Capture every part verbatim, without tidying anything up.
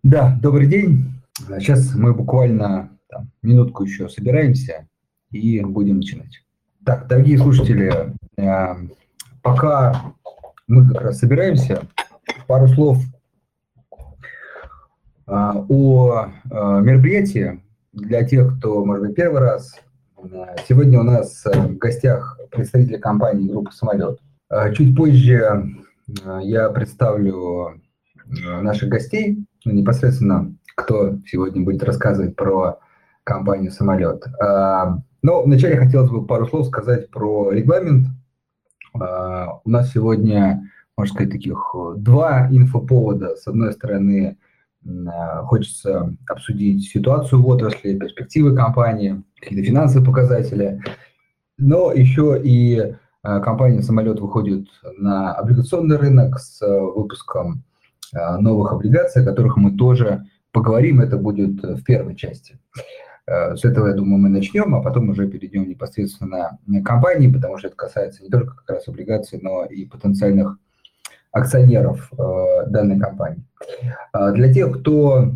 Да, добрый день. Сейчас мы буквально там, минутку еще собираемся и будем начинать. Так, дорогие слушатели, э, пока мы как раз собираемся, пару слов э, о э, мероприятии для тех, кто, может быть, первый раз. Э, Сегодня у нас э, в гостях представители компании группы «Самолет». Э, Чуть позже э, я представлю э, наших гостей, ну, непосредственно кто сегодня будет рассказывать про компанию «Самолет». А, Но вначале хотелось бы пару слов сказать про регламент. А, У нас сегодня, можно сказать, таких два инфоповода. С одной стороны, м, а, хочется обсудить ситуацию в отрасли, перспективы компании, какие-то финансовые показатели. Но еще и а, компания «Самолет» выходит на облигационный рынок с а, выпуском а, новых облигаций, о которых мы тоже поговорим. Это будет в первой части. Э, С этого, я думаю, мы начнем, а потом уже перейдем непосредственно к компании, потому что это касается не только как раз облигаций, но и потенциальных акционеров э, данной компании. А Для тех, кто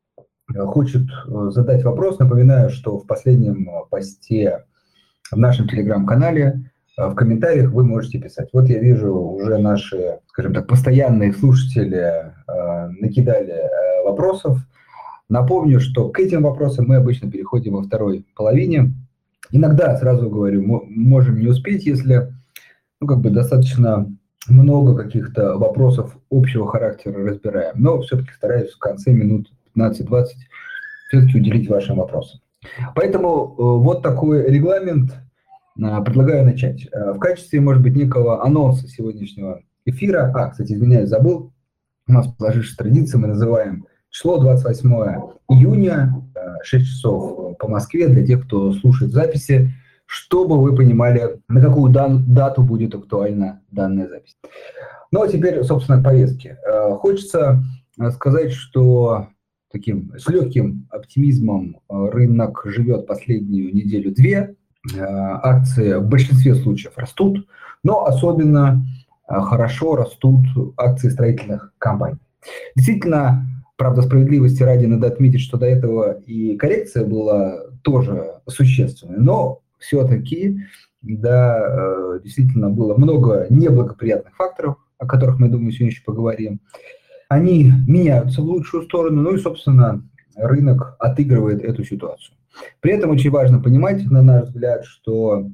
хочет э, задать вопрос, напоминаю, что в последнем э, посте в нашем телеграм-канале э, в комментариях вы можете писать. Вот я вижу, уже наши, скажем так, постоянные слушатели э, накидали э, вопросов. Напомню, что к этим вопросам мы обычно переходим во второй половине. Иногда, сразу говорю, мы можем не успеть, если ну, как бы достаточно много каких-то вопросов общего характера разбираем. Но все-таки стараюсь в конце минут пятнадцать-двадцать все-таки уделить вашим вопросам. Поэтому э, вот такой регламент. Э, Предлагаю начать. Э, В качестве, может быть, некого анонса сегодняшнего эфира, а, кстати, извиняюсь, забыл, у нас по сложившейся традиции мы называем число двадцать восьмое июня, э, шесть часов по Москве, для тех, кто слушает записи, чтобы вы понимали, на какую дан- дату будет актуальна данная запись. Ну, а теперь, собственно, к повестке. Э, Хочется э, сказать, что таким с легким оптимизмом э, рынок живет последнюю неделю-две. Э, Акции в большинстве случаев растут, но особенно э, хорошо растут акции строительных компаний. Действительно, правда, справедливости ради надо отметить, что до этого и коррекция была тоже существенной, но все-таки, да, э, действительно было много неблагоприятных факторов, о которых мы, думаю, сегодня еще поговорим. Они меняются в лучшую сторону, ну и, собственно, рынок отыгрывает эту ситуацию. При этом очень важно понимать, на наш взгляд, что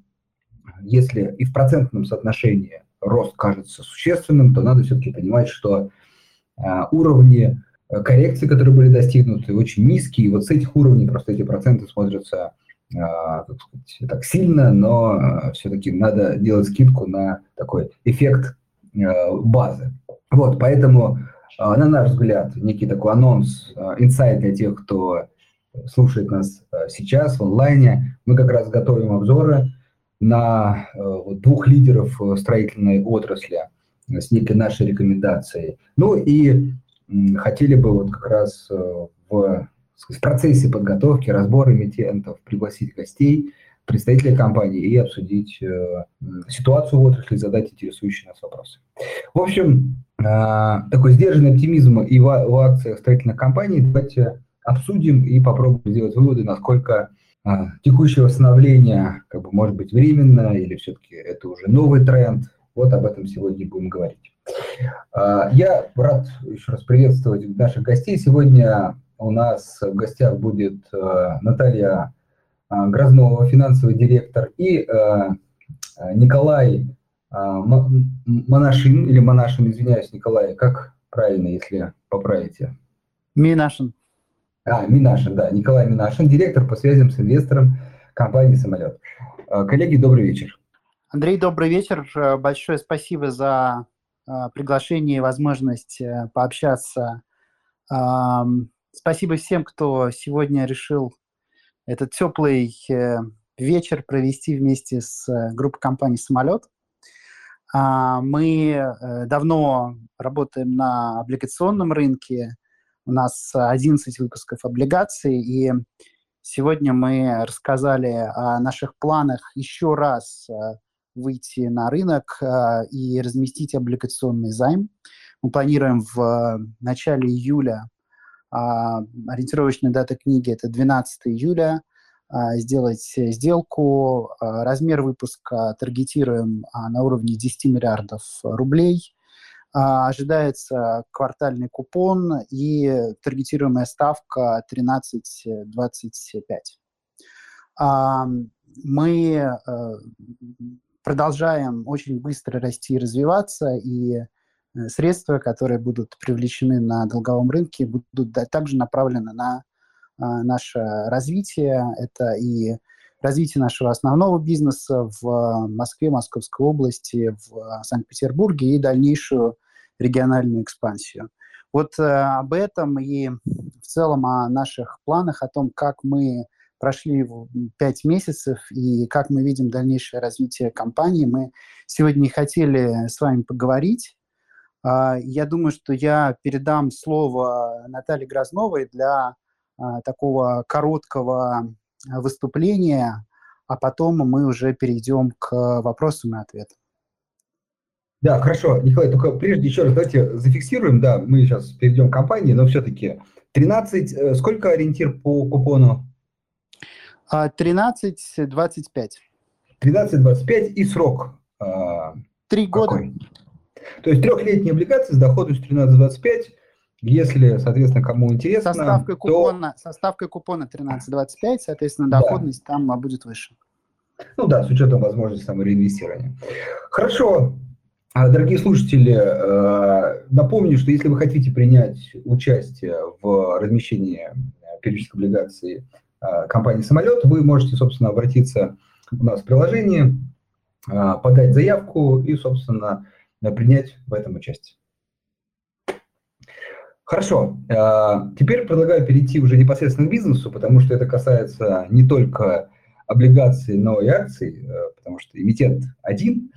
если и в процентном соотношении рост кажется существенным, то надо все-таки понимать, что а, уровни э, коррекции, которые были достигнуты, очень низкие. И вот с этих уровней просто эти проценты смотрятся а, как сказать, так сильно, но а, все-таки надо делать скидку на такой эффект а, базы. Вот, поэтому, а, на наш взгляд, некий такой анонс, а, инсайт для тех, кто слушает нас а, сейчас в онлайне. Мы как раз готовим обзоры на а, вот, двух лидеров э, строительной отрасли с некой нашей рекомендацией. Ну и м, хотели бы вот как раз э, в, в процессе подготовки, разбора эмитентов пригласить гостей, представителей компании и обсудить э, ситуацию в отрасли, задать интересующие нас вопросы. В общем, э, такой сдержанный оптимизм и в, в акциях строительных компаний. Давайте обсудим и попробуем сделать выводы, насколько э, текущее восстановление как бы, может быть временно или все-таки это уже новый тренд. Вот об этом сегодня будем говорить. Я рад еще раз приветствовать наших гостей. Сегодня у нас в гостях будет Наталья Грознова, финансовый директор, и Николай Монашин, или Монашин, извиняюсь, Николай, как правильно, если поправите? Минашин. А, Минашин, да, Николай Минашин, директор по связям с инвестором компании «Самолет». Коллеги, добрый вечер. Андрей, добрый вечер. Большое спасибо за приглашение и возможность пообщаться. Спасибо всем, кто сегодня решил этот теплый вечер провести вместе с группой компаний «Самолет». Мы давно работаем на облигационном рынке. У нас одиннадцать выпусков облигаций, и сегодня мы рассказали о наших планах еще раз выйти на рынок и разместить облигационный займ. Мы планируем в начале июля Ориентировочная дата книги – это двенадцатое июля. Сделать сделку. Размер выпуска таргетируем на уровне десять миллиардов рублей. Ожидается квартальный купон и таргетируемая ставка тринадцать двадцать пять. Мы продолжаем очень быстро расти и развиваться, и средства, которые будут привлечены на долговом рынке, будут также направлены на наше развитие. Это и развитие нашего основного бизнеса в Москве, Московской области, в Санкт-Петербурге и дальнейшую региональную экспансию. Вот об этом и в целом о наших планах, о том, как мы прошли пять месяцев и как мы видим дальнейшее развитие компании, мы сегодня и хотели с вами поговорить. Я думаю, что я передам слово Наталье Грозновой для такого короткого выступления, а потом мы уже перейдем к вопросам и ответам. Да, хорошо. Николай, только прежде еще раз давайте зафиксируем, да, мы сейчас перейдем к компании, но все-таки тринадцать, сколько ориентир по купону? тринадцать двадцать пять. тринадцать двадцать пять и срок? Три года. Какой? То есть трехлетние облигации с доходностью тринадцать двадцать пять. Если, соответственно, кому интересно, со ставкой то... купона, со ставкой купона тринадцать двадцать пять, соответственно, доходность да. там будет выше. Ну да, с учетом возможности там, реинвестирования. Хорошо. Дорогие слушатели, напомню, что если вы хотите принять участие в размещении периодических облигаций компании «Самолет», вы можете, собственно, обратиться у нас в приложении, подать заявку и, собственно, принять в этом участие. Хорошо. Теперь предлагаю перейти уже непосредственно к бизнесу, потому что это касается не только облигаций, но и акций, потому что эмитент один.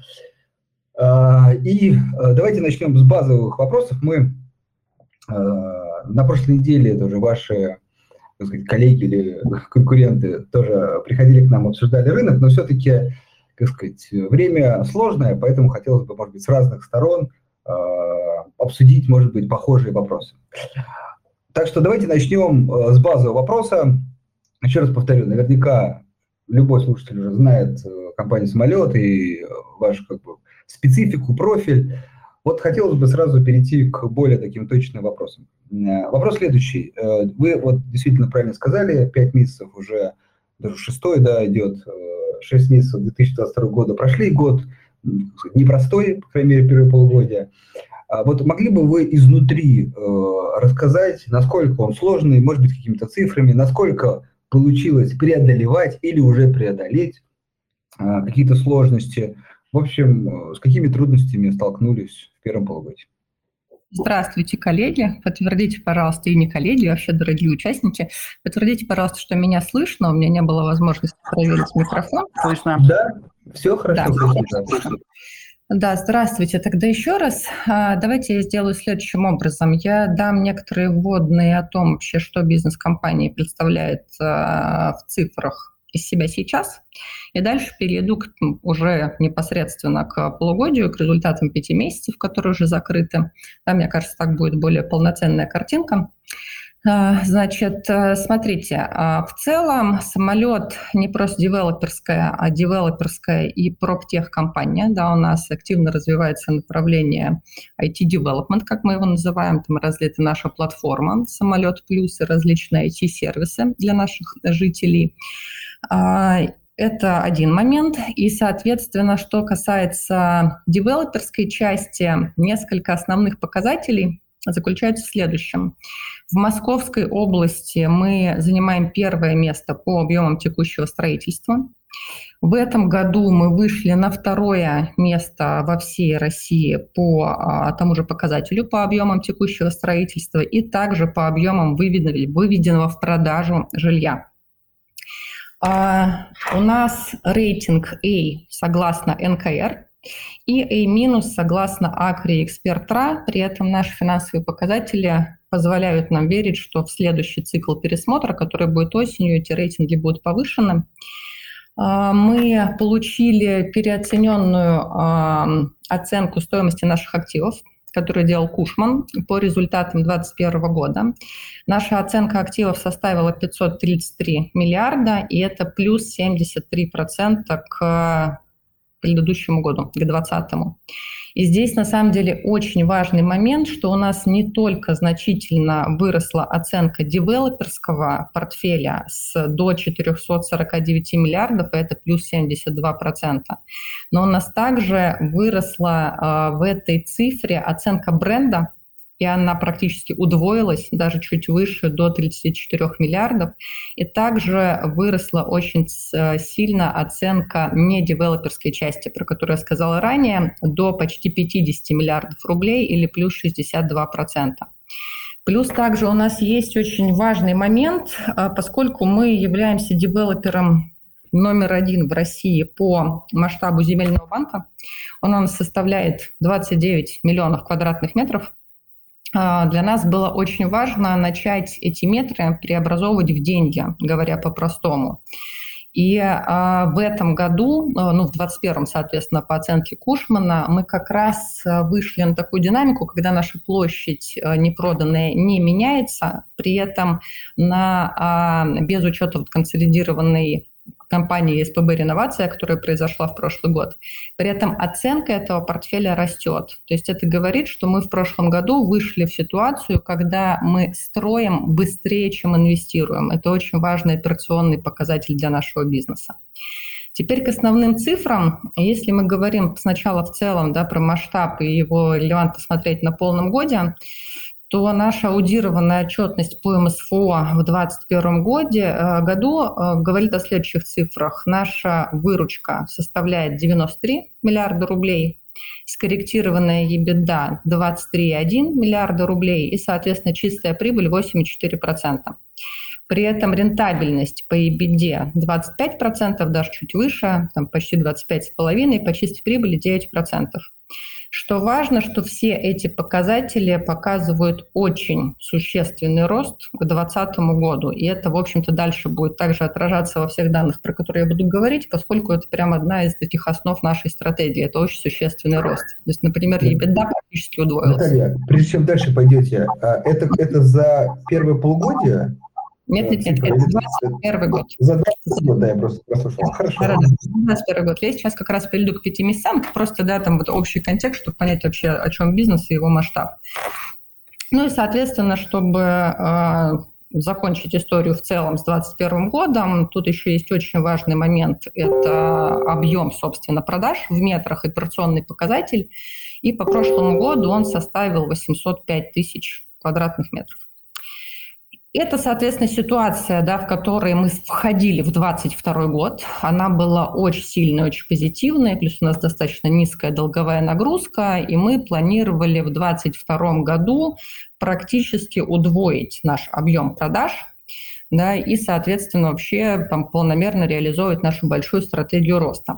И давайте начнем с базовых вопросов. Мы на прошлой неделе, это уже ваши, так сказать, коллеги или конкуренты тоже приходили к нам, обсуждали рынок, но все-таки, как сказать, время сложное, поэтому хотелось бы, может быть, с разных сторон обсудить, может быть, похожие вопросы. Так что давайте начнем с базового вопроса. Еще раз повторю, наверняка любой слушатель уже знает компанию «Самолет» и вашу как бы специфику, профиль. Вот хотелось бы сразу перейти к более таким точным вопросам. Вопрос следующий. Вы вот действительно правильно сказали, пять месяцев уже, даже шестой, да, идет, шесть месяцев две тысячи двадцать второго года прошли, год непростой, по крайней мере, первое полугодие. Вот могли бы вы изнутри э, рассказать, насколько он сложный, может быть, какими-то цифрами, насколько получилось преодолевать или уже преодолеть э, какие-то сложности? В общем, э, с какими трудностями столкнулись в первом полугодии? Здравствуйте, коллеги. Подтвердите, пожалуйста, и не коллеги, а вообще дорогие участники. Подтвердите, пожалуйста, что меня слышно. У меня не было возможности проверить микрофон. Слышно? Да, все хорошо. Да. Да, здравствуйте. Тогда еще раз давайте я сделаю следующим образом. Я дам некоторые вводные о том, вообще, что бизнес-компания представляет в цифрах из себя сейчас. И дальше перейду к, уже непосредственно к полугодию, к результатам пяти месяцев, которые уже закрыты. Там, мне кажется, так будет более полноценная картинка. Значит, смотрите, в целом «Самолет» не просто девелоперская, а девелоперская и проптех-компания. Да, у нас активно развивается направление ай ти-девелопмент, как мы его называем. Там разлита наша платформа «Самолет Плюс» и различные ай ти-сервисы для наших жителей. Это один момент. И, соответственно, что касается девелоперской части, несколько основных показателей заключаются в следующем. В Московской области мы занимаем первое место по объемам текущего строительства. В этом году мы вышли на второе место во всей России по а, тому же показателю, по объемам текущего строительства и также по объемам выведенного, выведенного в продажу жилья. А, у нас рейтинг A согласно эн ка эр и A- согласно Акри Экспертра. При этом наши финансовые показатели позволяют нам верить, что в следующий цикл пересмотра, который будет осенью, эти рейтинги будут повышены. Мы получили переоцененную оценку стоимости наших активов. который делал Кушман по результатам две тысячи двадцать первого года. Наша оценка активов составила пятьсот тридцать три миллиарда, и это плюс семьдесят три процента к предыдущему году, к двадцатому. И здесь на самом деле очень важный момент, что у нас не только значительно выросла оценка девелоперского портфеля с до четырехсот сорока девяти миллиардов, это плюс семьдесят два процента, но у нас также выросла э, в этой цифре оценка бренда, и она практически удвоилась, даже чуть выше, до тридцати четырёх миллиардов. И также выросла очень сильно оценка недевелоперской части, про которую я сказала ранее, до почти пятидесяти миллиардов рублей или плюс шестьдесят два процента. Плюс также у нас есть очень важный момент, поскольку мы являемся девелопером номер один в России по масштабу земельного банка, он у нас составляет двадцать девять миллионов квадратных метров. Для нас было очень важно начать эти метры преобразовывать в деньги, говоря по-простому. И а, в этом году, ну, в двадцать первом, соответственно, по оценке Кушмана, мы как раз вышли на такую динамику, когда наша площадь непроданная не меняется, при этом на, а, без учета вот консолидированной компании СПБ «Реновация», которая произошла в прошлый год. При этом оценка этого портфеля растет. То есть это говорит, что мы в прошлом году вышли в ситуацию, когда мы строим быстрее, чем инвестируем. Это очень важный операционный показатель для нашего бизнеса. Теперь к основным цифрам. Если мы говорим сначала в целом, да, про масштаб и его релевантно смотреть на полном годе, то наша аудированная отчетность по эм эс эф о в две тысячи двадцать первом годе, году говорит о следующих цифрах. Наша выручка составляет девяносто три миллиарда рублей, скорректированная EBITDA двадцать три целых одна десятая миллиарда рублей и, соответственно, чистая прибыль восемь целых четыре десятых процента. При этом рентабельность по EBITDA двадцать пять процентов, даже чуть выше, там почти двадцать пять целых пять десятых процента, по чистой прибыли девять процентов. Что важно, что все эти показатели показывают очень существенный рост к двадцатому году. И это, в общем-то, дальше будет также отражаться во всех данных, про которые я буду говорить, поскольку это прямо одна из таких основ нашей стратегии. Это очень существенный рост. То есть, например, EBITDA практически удвоилась. Наталья, прежде чем дальше пойдете, это, это за первое полугодие? Нет, нет, нет, это двадцать первый год. За двадцать год, да, я просто прослушал. Хорошо. Да, да, двадцать первый год. Я сейчас как раз перейду к пяти месяцам, просто, да, там вот общий контекст, чтобы понять вообще, о чем бизнес и его масштаб. Ну и, соответственно, чтобы э, закончить историю в целом с двадцать первым годом, тут еще есть очень важный момент. Это объем, собственно, продаж в метрах, операционный показатель. И по прошлому году он составил восемьсот пять тысяч квадратных метров. Это, соответственно, ситуация, да, в которой мы входили в двадцать второй год. Она была очень сильная, очень позитивная, плюс у нас достаточно низкая долговая нагрузка, и мы планировали в двадцать втором году практически удвоить наш объем продаж, да, и, соответственно, вообще там, полномерно реализовывать нашу большую стратегию роста.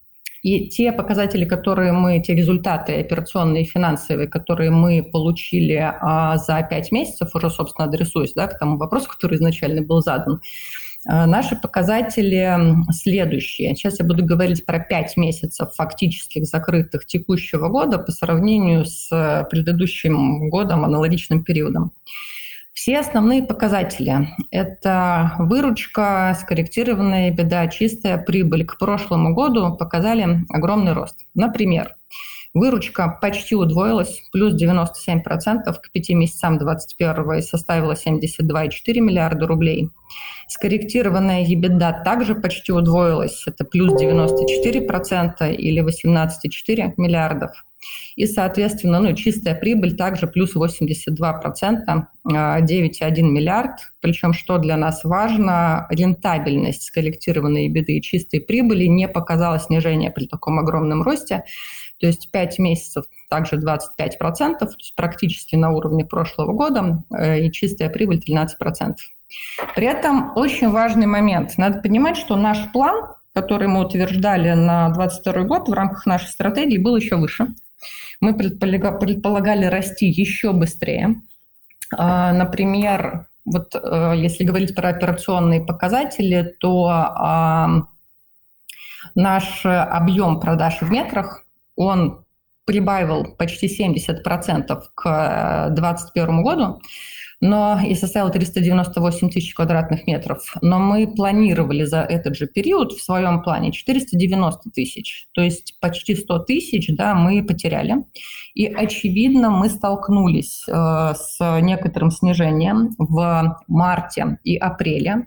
И те показатели, которые мы, те результаты операционные и финансовые, которые мы получили а, за пять месяцев, уже, собственно, адресуюсь, да, к тому вопросу, который изначально был задан, а, наши показатели следующие. Сейчас я буду говорить про пять месяцев фактических закрытых текущего года по сравнению с предыдущим годом, аналогичным периодом. Все основные показатели – это выручка, скорректированная EBITDA, чистая прибыль к прошлому году показали огромный рост. Например, выручка почти удвоилась, плюс девяносто семь процентов к пяти месяцам двадцать первого и составила семьдесят два целых четыре десятых миллиарда рублей. Скорректированная EBITDA также почти удвоилась, это плюс девяносто четыре процента или восемнадцать целых четыре десятых миллиардов. И, соответственно, ну, чистая прибыль также плюс восемьдесят два процента, девять целых один десятый миллиард. Причем, что для нас важно, рентабельность скорректированной EBITDA и чистой прибыли не показала снижения при таком огромном росте. То есть пять месяцев также двадцать пять процентов, то есть практически на уровне прошлого года, и чистая прибыль тринадцать процентов. При этом очень важный момент. Надо понимать, что наш план, который мы утверждали на двадцать второй год в рамках нашей стратегии, был еще выше. Мы предполагали расти еще быстрее. Например, вот если говорить про операционные показатели, то наш объем продаж в метрах, он прибавил почти семьдесят процентов к двадцать первому году, но и составил триста девяносто восемь тысяч квадратных метров. Но мы планировали за этот же период в своем плане четыреста девяносто тысяч, то есть почти сто тысяч, да, мы потеряли. И, очевидно, мы столкнулись э, с некоторым снижением в марте и апреле.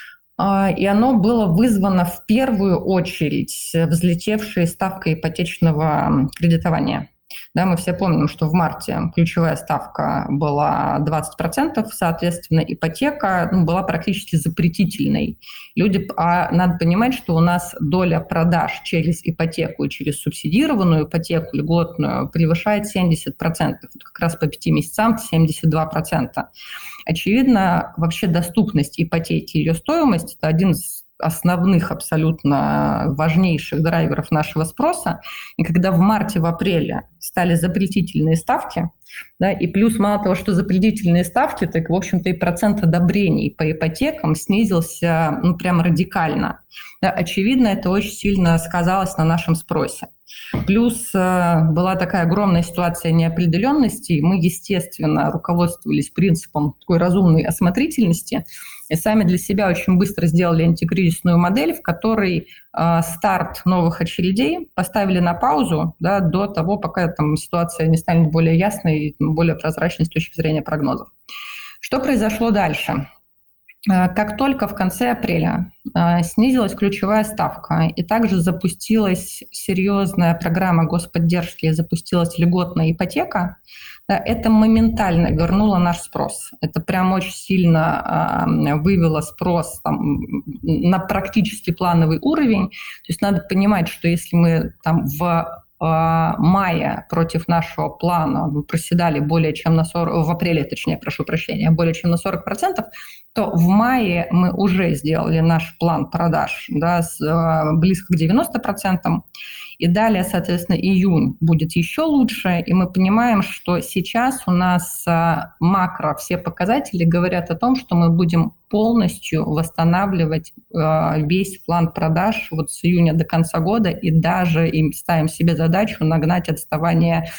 Э, и оно было вызвано в первую очередь взлетевшей ставкой ипотечного кредитования. Да, мы все помним, что в марте ключевая ставка была двадцать процентов, соответственно, ипотека ну, была практически запретительной. Люди, а надо понимать, что у нас доля продаж через ипотеку и через субсидированную ипотеку льготную превышает семьдесят процентов. Это как раз по пяти месяцам семьдесят два процента. Очевидно, вообще доступность ипотеки и ее стоимость – это один из основных, абсолютно важнейших драйверов нашего спроса. И когда в марте, в апреле стали запретительные ставки, да, и плюс мало того, что запретительные ставки, так, в общем-то, и процент одобрений по ипотекам снизился ну, прямо радикально. Да, очевидно, это очень сильно сказалось на нашем спросе. Плюс э, была такая огромная ситуация неопределенности, и мы, естественно, руководствовались принципом такой разумной осмотрительности и сами для себя очень быстро сделали антикризисную модель, в которой э, старт новых очередей поставили на паузу да, до того, пока там, ситуация не станет более ясной и более прозрачной с точки зрения прогнозов. Что произошло дальше? Как только в конце апреля снизилась ключевая ставка и также запустилась серьезная программа господдержки, запустилась льготная ипотека, это моментально вернуло наш спрос. Это прям очень сильно вывело спрос там, на практически плановый уровень. То есть надо понимать, что если мы там в мая против нашего плана мы проседали более чем на сорок, в апреле, точнее, прошу прощения, более чем на сорок процентов, то в мае мы уже сделали наш план продаж да, с, близко к девяноста процентам. И далее, соответственно, июнь будет еще лучше. И мы понимаем, что сейчас у нас макро все показатели говорят о том, что мы будем полностью восстанавливать весь план продаж вот с июня до конца года и даже им ставим себе задачу нагнать отставание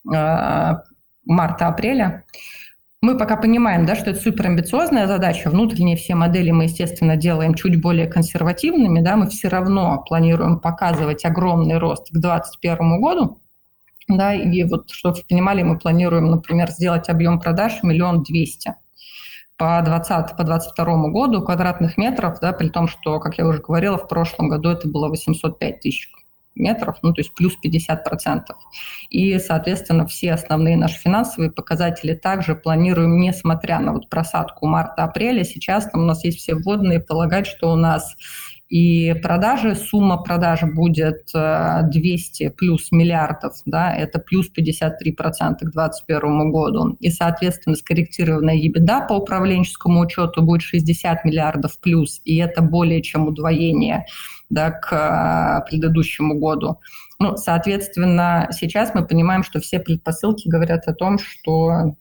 марта-апреля. Мы пока понимаем, да, что это суперамбициозная задача. Внутренние все модели мы, естественно, делаем чуть более консервативными. Да, мы все равно планируем показывать огромный рост к двадцать первому году. Да, и вот, чтобы вы понимали, мы планируем, например, сделать объем продаж миллион двести по двадцатому, по двадцать второму году квадратных метров, да, при том, что, как я уже говорила, в прошлом году это было восемьсот пять тысяч метров, ну, то есть плюс пятьдесят процентов. И, соответственно, все основные наши финансовые показатели также планируем, несмотря на вот просадку марта-апреля. Сейчас там у нас есть все вводные, полагать, что у нас и продажи, сумма продаж будет двести плюс миллиардов, да, это плюс пятьдесят три процента к двадцать первому году. И, соответственно, скорректированная EBITDA по управленческому учету будет шестьдесят миллиардов плюс, и это более чем удвоение да, к предыдущему году. Ну, соответственно, сейчас мы понимаем, что все предпосылки говорят о том, что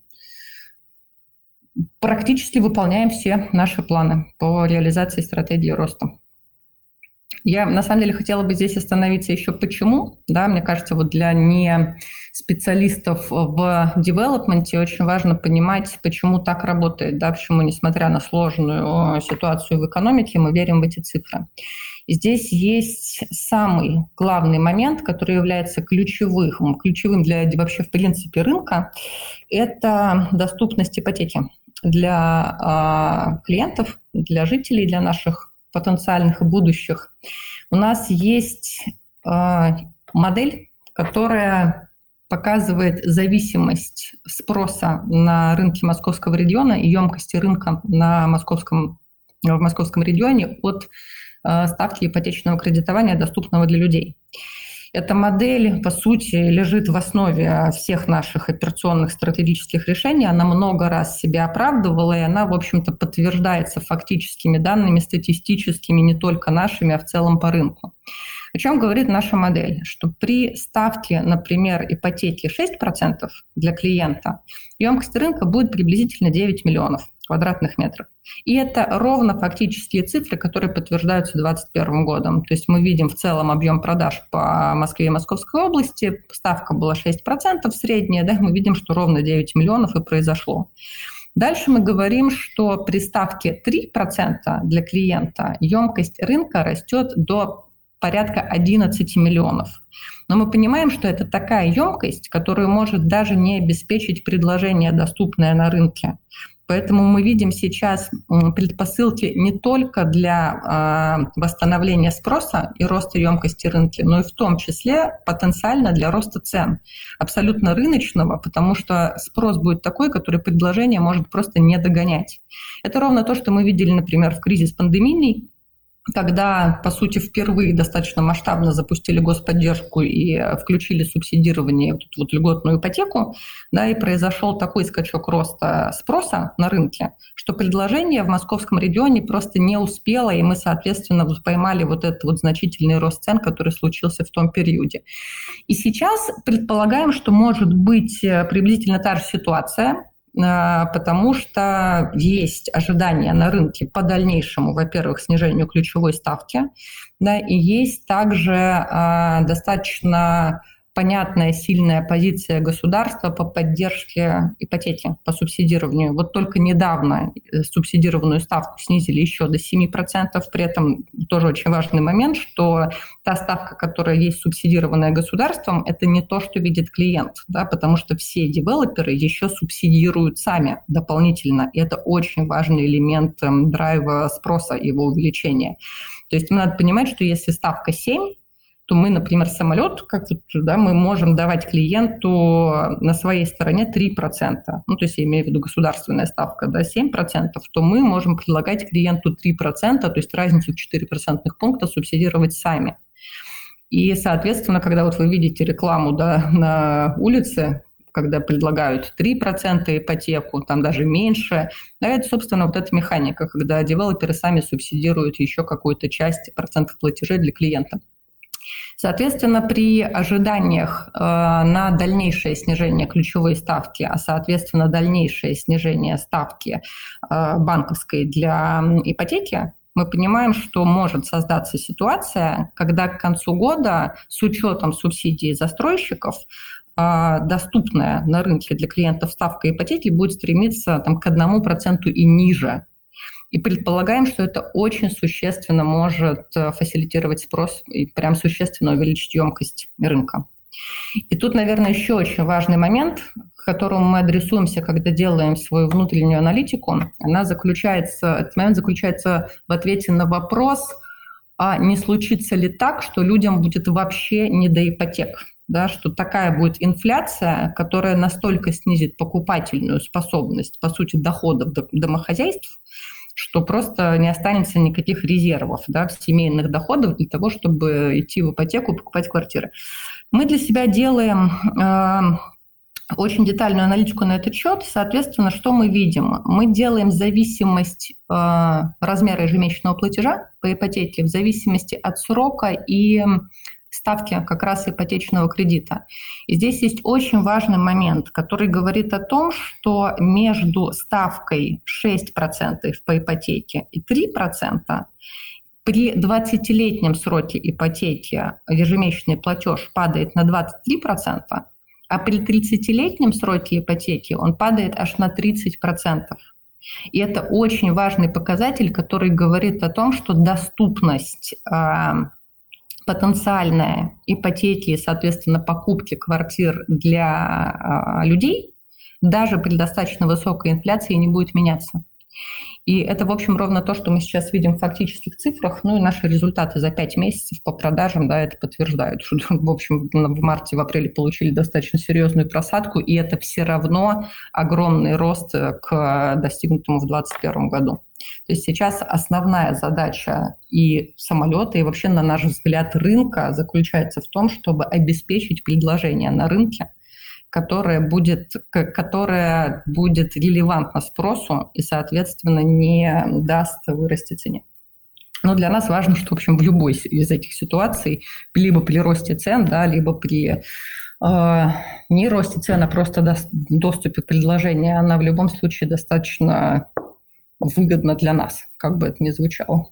практически выполняем все наши планы по реализации стратегии роста. Я, на самом деле, хотела бы здесь остановиться еще почему. Да, мне кажется, вот для не специалистов в девелопменте очень важно понимать, почему так работает, да, почему, несмотря на сложную ситуацию в экономике, мы верим в эти цифры. И здесь есть самый главный момент, который является ключевым, ключевым для вообще, в принципе, рынка, это доступность ипотеки для э, клиентов, для жителей, для наших потенциальных и будущих. У нас есть э, модель, которая показывает зависимость спроса на рынке московского региона и емкости рынка на московском, в московском регионе от э, ставки ипотечного кредитования, доступного для людей. Эта модель, по сути, лежит в основе всех наших операционных стратегических решений. Она много раз себя оправдывала, и она, в общем-то, подтверждается фактическими данными, статистическими, не только нашими, а в целом по рынку. О чем говорит наша модель? Что при ставке, например, ипотеки шесть процентов для клиента, емкость рынка будет приблизительно девять миллионов. квадратных метров. И это ровно фактические цифры, которые подтверждаются две тысячи двадцать первым годом. То есть мы видим в целом объем продаж по Москве и Московской области, ставка была шесть процентов средняя, да, мы видим, что ровно девять миллионов и произошло. Дальше мы говорим, что при ставке три процента для клиента емкость рынка растет до порядка одиннадцать миллионов. Но мы понимаем, что это такая емкость, которую может даже не обеспечить предложение, доступное на рынке. Поэтому мы видим сейчас предпосылки не только для э, восстановления спроса и роста емкости рынка, но и в том числе потенциально для роста цен, абсолютно рыночного, потому что спрос будет такой, который предложение может просто не догонять. Это ровно то, что мы видели, например, в кризис пандемийный, когда, по сути, впервые достаточно масштабно запустили господдержку и включили субсидирование, вот эту вот льготную ипотеку, да, и произошел такой скачок роста спроса на рынке, что предложение в московском регионе просто не успело, и мы, соответственно, поймали вот этот вот значительный рост цен, который случился в том периоде. И сейчас предполагаем, что может быть приблизительно та же ситуация, потому что есть ожидания на рынке по дальнейшему, во-первых, снижению ключевой ставки, да, и есть также э, достаточно понятная, сильная позиция государства по поддержке ипотеки, по субсидированию. Вот только недавно субсидированную ставку снизили еще до семь процентов, при этом тоже очень важный момент, что та ставка, которая есть субсидированная государством, это не то, что видит клиент, да, потому что все девелоперы еще субсидируют сами дополнительно, и это очень важный элемент эм, драйва спроса, его увеличения. То есть надо понимать, что если ставка семь, то мы, например, самолет, как да, мы можем давать клиенту на своей стороне три процента, ну, то есть я имею в виду государственная ставка, да, семь процентов, то мы можем предлагать клиенту три процента, то есть разницу в четыре процентных пункта субсидировать сами. И, соответственно, когда вот вы видите рекламу, да, на улице, когда предлагают три процента ипотеку, там даже меньше, да, это, собственно, вот эта механика, когда девелоперы сами субсидируют еще какую-то часть процентов платежей для клиента. Соответственно, при ожиданиях э, на дальнейшее снижение ключевой ставки, а, соответственно, дальнейшее снижение ставки э, банковской для ипотеки, мы понимаем, что может создаться ситуация, когда к концу года с учетом субсидий застройщиков э, доступная на рынке для клиентов ставка ипотеки будет стремиться там, к одному проценту и ниже. И предполагаем, что это очень существенно может фасилитировать спрос и прям существенно увеличить емкость рынка. И тут, наверное, еще очень важный момент, к которому мы адресуемся, когда делаем свою внутреннюю аналитику. Она заключается, этот момент заключается в ответе на вопрос, а не случится ли так, что людям будет вообще не до ипотек? Да, что такая будет инфляция, которая настолько снизит покупательную способность, по сути, доходов домохозяйств, что просто не останется никаких резервов, да, семейных доходов для того, чтобы идти в ипотеку, покупать квартиры. Мы для себя делаем э, очень детальную аналитику на этот счет. Соответственно, что мы видим? Мы делаем зависимость э, размера ежемесячного платежа по ипотеке в зависимости от срока и ставки как раз ипотечного кредита. И здесь есть очень важный момент, который говорит о том, что между ставкой шесть процентов по ипотеке и три процента при двадцатилетнем сроке ипотеки ежемесячный платеж падает на двадцать три процента, а при тридцатилетнем сроке ипотеки он падает аж на тридцать процентов. И это очень важный показатель, который говорит о том, что доступность потенциальная ипотеки и, соответственно, покупки квартир для э, людей даже при достаточно высокой инфляции не будет меняться. И это, в общем, ровно то, что мы сейчас видим в фактических цифрах. Ну и наши результаты за пять месяцев по продажам, да, это подтверждают. Что, в общем, в марте, в апреле получили достаточно серьезную просадку, и это все равно огромный рост к достигнутому в двадцать первом году. То есть сейчас основная задача и самолета, и вообще, на наш взгляд, рынка заключается в том, чтобы обеспечить предложение на рынке, которое будет, которое будет релевантно спросу и, соответственно, не даст вырасти цене. Но для нас важно, что, в общем, в любой из этих ситуаций, либо при росте цен, да, либо при э, не росте цен, а просто до, доступе предложения, она в любом случае достаточно выгодно для нас, как бы это ни звучало.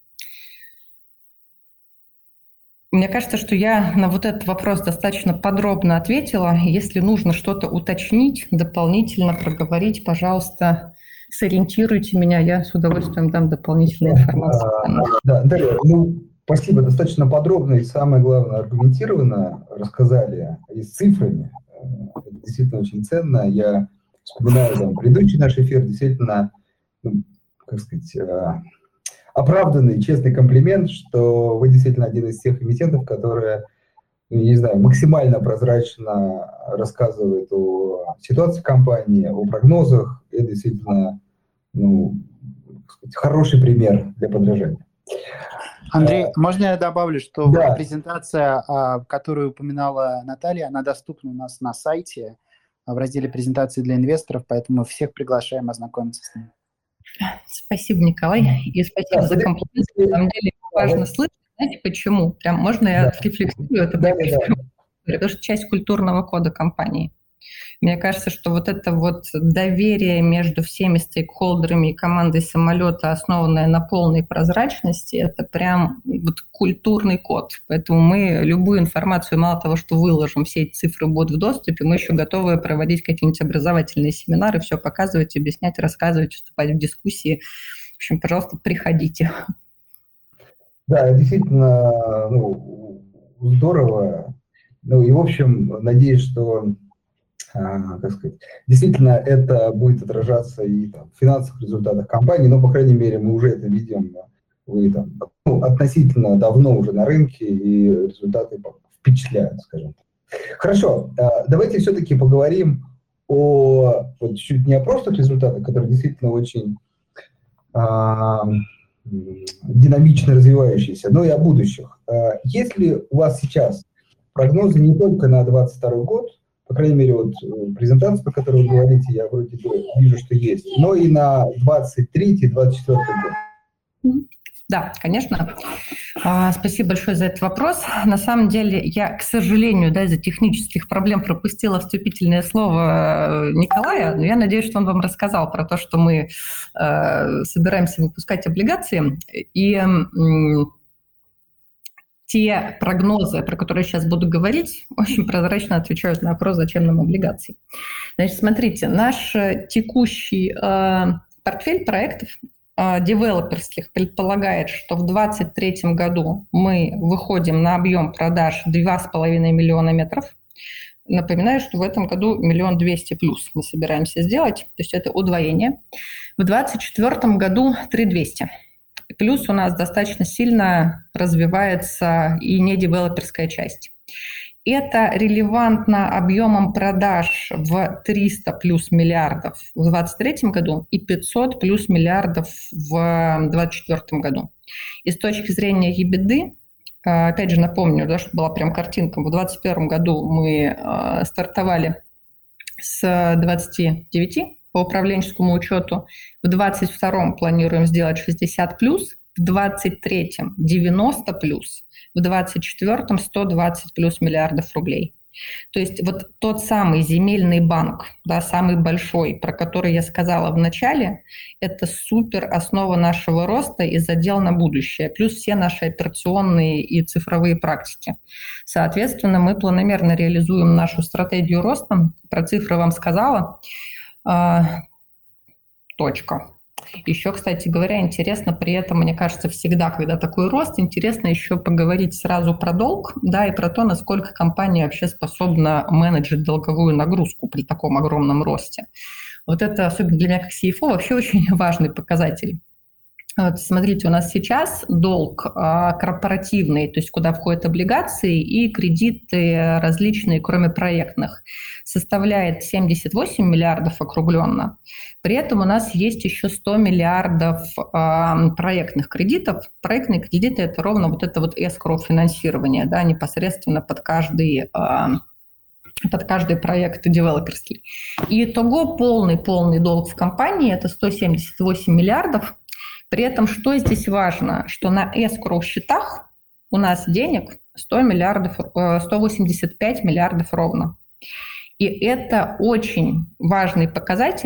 Мне кажется, что я на вот этот вопрос достаточно подробно ответила. Если нужно что-то уточнить, дополнительно проговорить, пожалуйста, сориентируйте меня, я с удовольствием дам дополнительную информацию. Да, Дарья, ну, спасибо, достаточно подробно и, самое главное, аргументированно рассказали и с цифрами. Это действительно очень ценно. Я вспоминаю там предыдущий наш эфир, действительно, ну, как сказать, оправданный, честный комплимент, что вы действительно один из тех эмитентов, которые, не знаю, максимально прозрачно рассказывают о ситуации компании, о прогнозах. Это действительно, ну, так сказать, хороший пример для подражания. Андрей, а, можно я добавлю, что да. презентация, которую упоминала Наталья, она доступна у нас на сайте в разделе презентации для инвесторов, поэтому всех приглашаем ознакомиться с ней. Спасибо, Николай, и спасибо да, за комплимент. На самом деле важно да, слышать, знаете, почему? Прям можно я да. отрефлексирую это? Да, да, да. Потому что часть культурного кода компании. Мне кажется, что вот это вот доверие между всеми стейкхолдерами и командой самолета, основанное на полной прозрачности, это прям вот культурный код. Поэтому мы любую информацию, мало того, что выложим, все эти цифры будут в доступе, мы еще готовы проводить какие-нибудь образовательные семинары, все показывать, объяснять, рассказывать, вступать в дискуссии. В общем, пожалуйста, приходите. Да, действительно, ну, здорово. Ну и, в общем, надеюсь, что А, как сказать, действительно, это будет отражаться и там, в финансовых результатах компании, но, по крайней мере, мы уже это видим. Вы там, ну, относительно давно уже на рынке, и результаты впечатляют, скажем так. Хорошо, давайте все-таки поговорим о, вот, чуть не о простых результатах, которые действительно очень а, динамично развивающиеся, но и о будущих. А, есть ли у вас сейчас прогнозы не только на двадцать второй год, по крайней мере, вот презентация, по которой вы говорите, я вроде бы вижу, что есть, но и на двадцать третий — двадцать четвёртый год. Да, конечно. Спасибо большое за этот вопрос. На самом деле, я, к сожалению, да, из-за технических проблем пропустила вступительное слово Николая, но я надеюсь, что он вам рассказал про то, что мы э, собираемся выпускать облигации. И э, те прогнозы, про которые я сейчас буду говорить, очень прозрачно отвечают на вопрос, зачем нам облигации. Значит, смотрите, наш текущий э, портфель проектов э, девелоперских предполагает, что в две тысячи двадцать третьем году мы выходим на объем продаж два с половиной миллиона метров. Напоминаю, что в этом году миллион двести плюс мы собираемся сделать, то есть это удвоение. В двадцать четвёртом году три двести. Плюс у нас достаточно сильно развивается и недевелоперская часть. Это релевантно объемом продаж в триста плюс миллиардов в двадцать третьем году и пятьсот плюс миллиардов в двадцать четвёртом году. И с точки зрения EBITDA, опять же напомню, да, чтобы была прям картинка, в двадцать первом году мы стартовали с двадцати девяти по управленческому учету, в двадцать втором планируем сделать шестьдесят плюс, в двадцать третьем девяносто плюс, в двадцать четвёртом сто двадцать плюс миллиардов рублей. То есть вот тот самый земельный банк, да, самый большой, про который я сказала в начале, это супер основа нашего роста и задел на будущее, плюс все наши операционные и цифровые практики. Соответственно, мы планомерно реализуем нашу стратегию роста. Про цифры вам сказала. А, точка. Еще, кстати говоря, интересно при этом, мне кажется, всегда, когда такой рост, интересно еще поговорить сразу про долг, да, и про то, насколько компания вообще способна менеджить долговую нагрузку при таком огромном росте. Вот это, особенно для меня как си эф о, вообще очень важный показатель. Вот, смотрите, у нас сейчас долг а, корпоративный, то есть куда входят облигации и кредиты различные, кроме проектных, составляет семьдесят восемь миллиардов округленно. При этом у нас есть еще сто миллиардов а, проектных кредитов. Проектные кредиты – это ровно вот это вот эскроу-финансирование, да, непосредственно под каждый, а, под каждый проект девелоперский. И итого полный-полный долг в компании – это сто семьдесят восемь миллиардов. При этом, что здесь важно, что на эскроу-счетах у нас денег сто миллиардов, сто восемьдесят пять миллиардов ровно. И это очень важный показатель,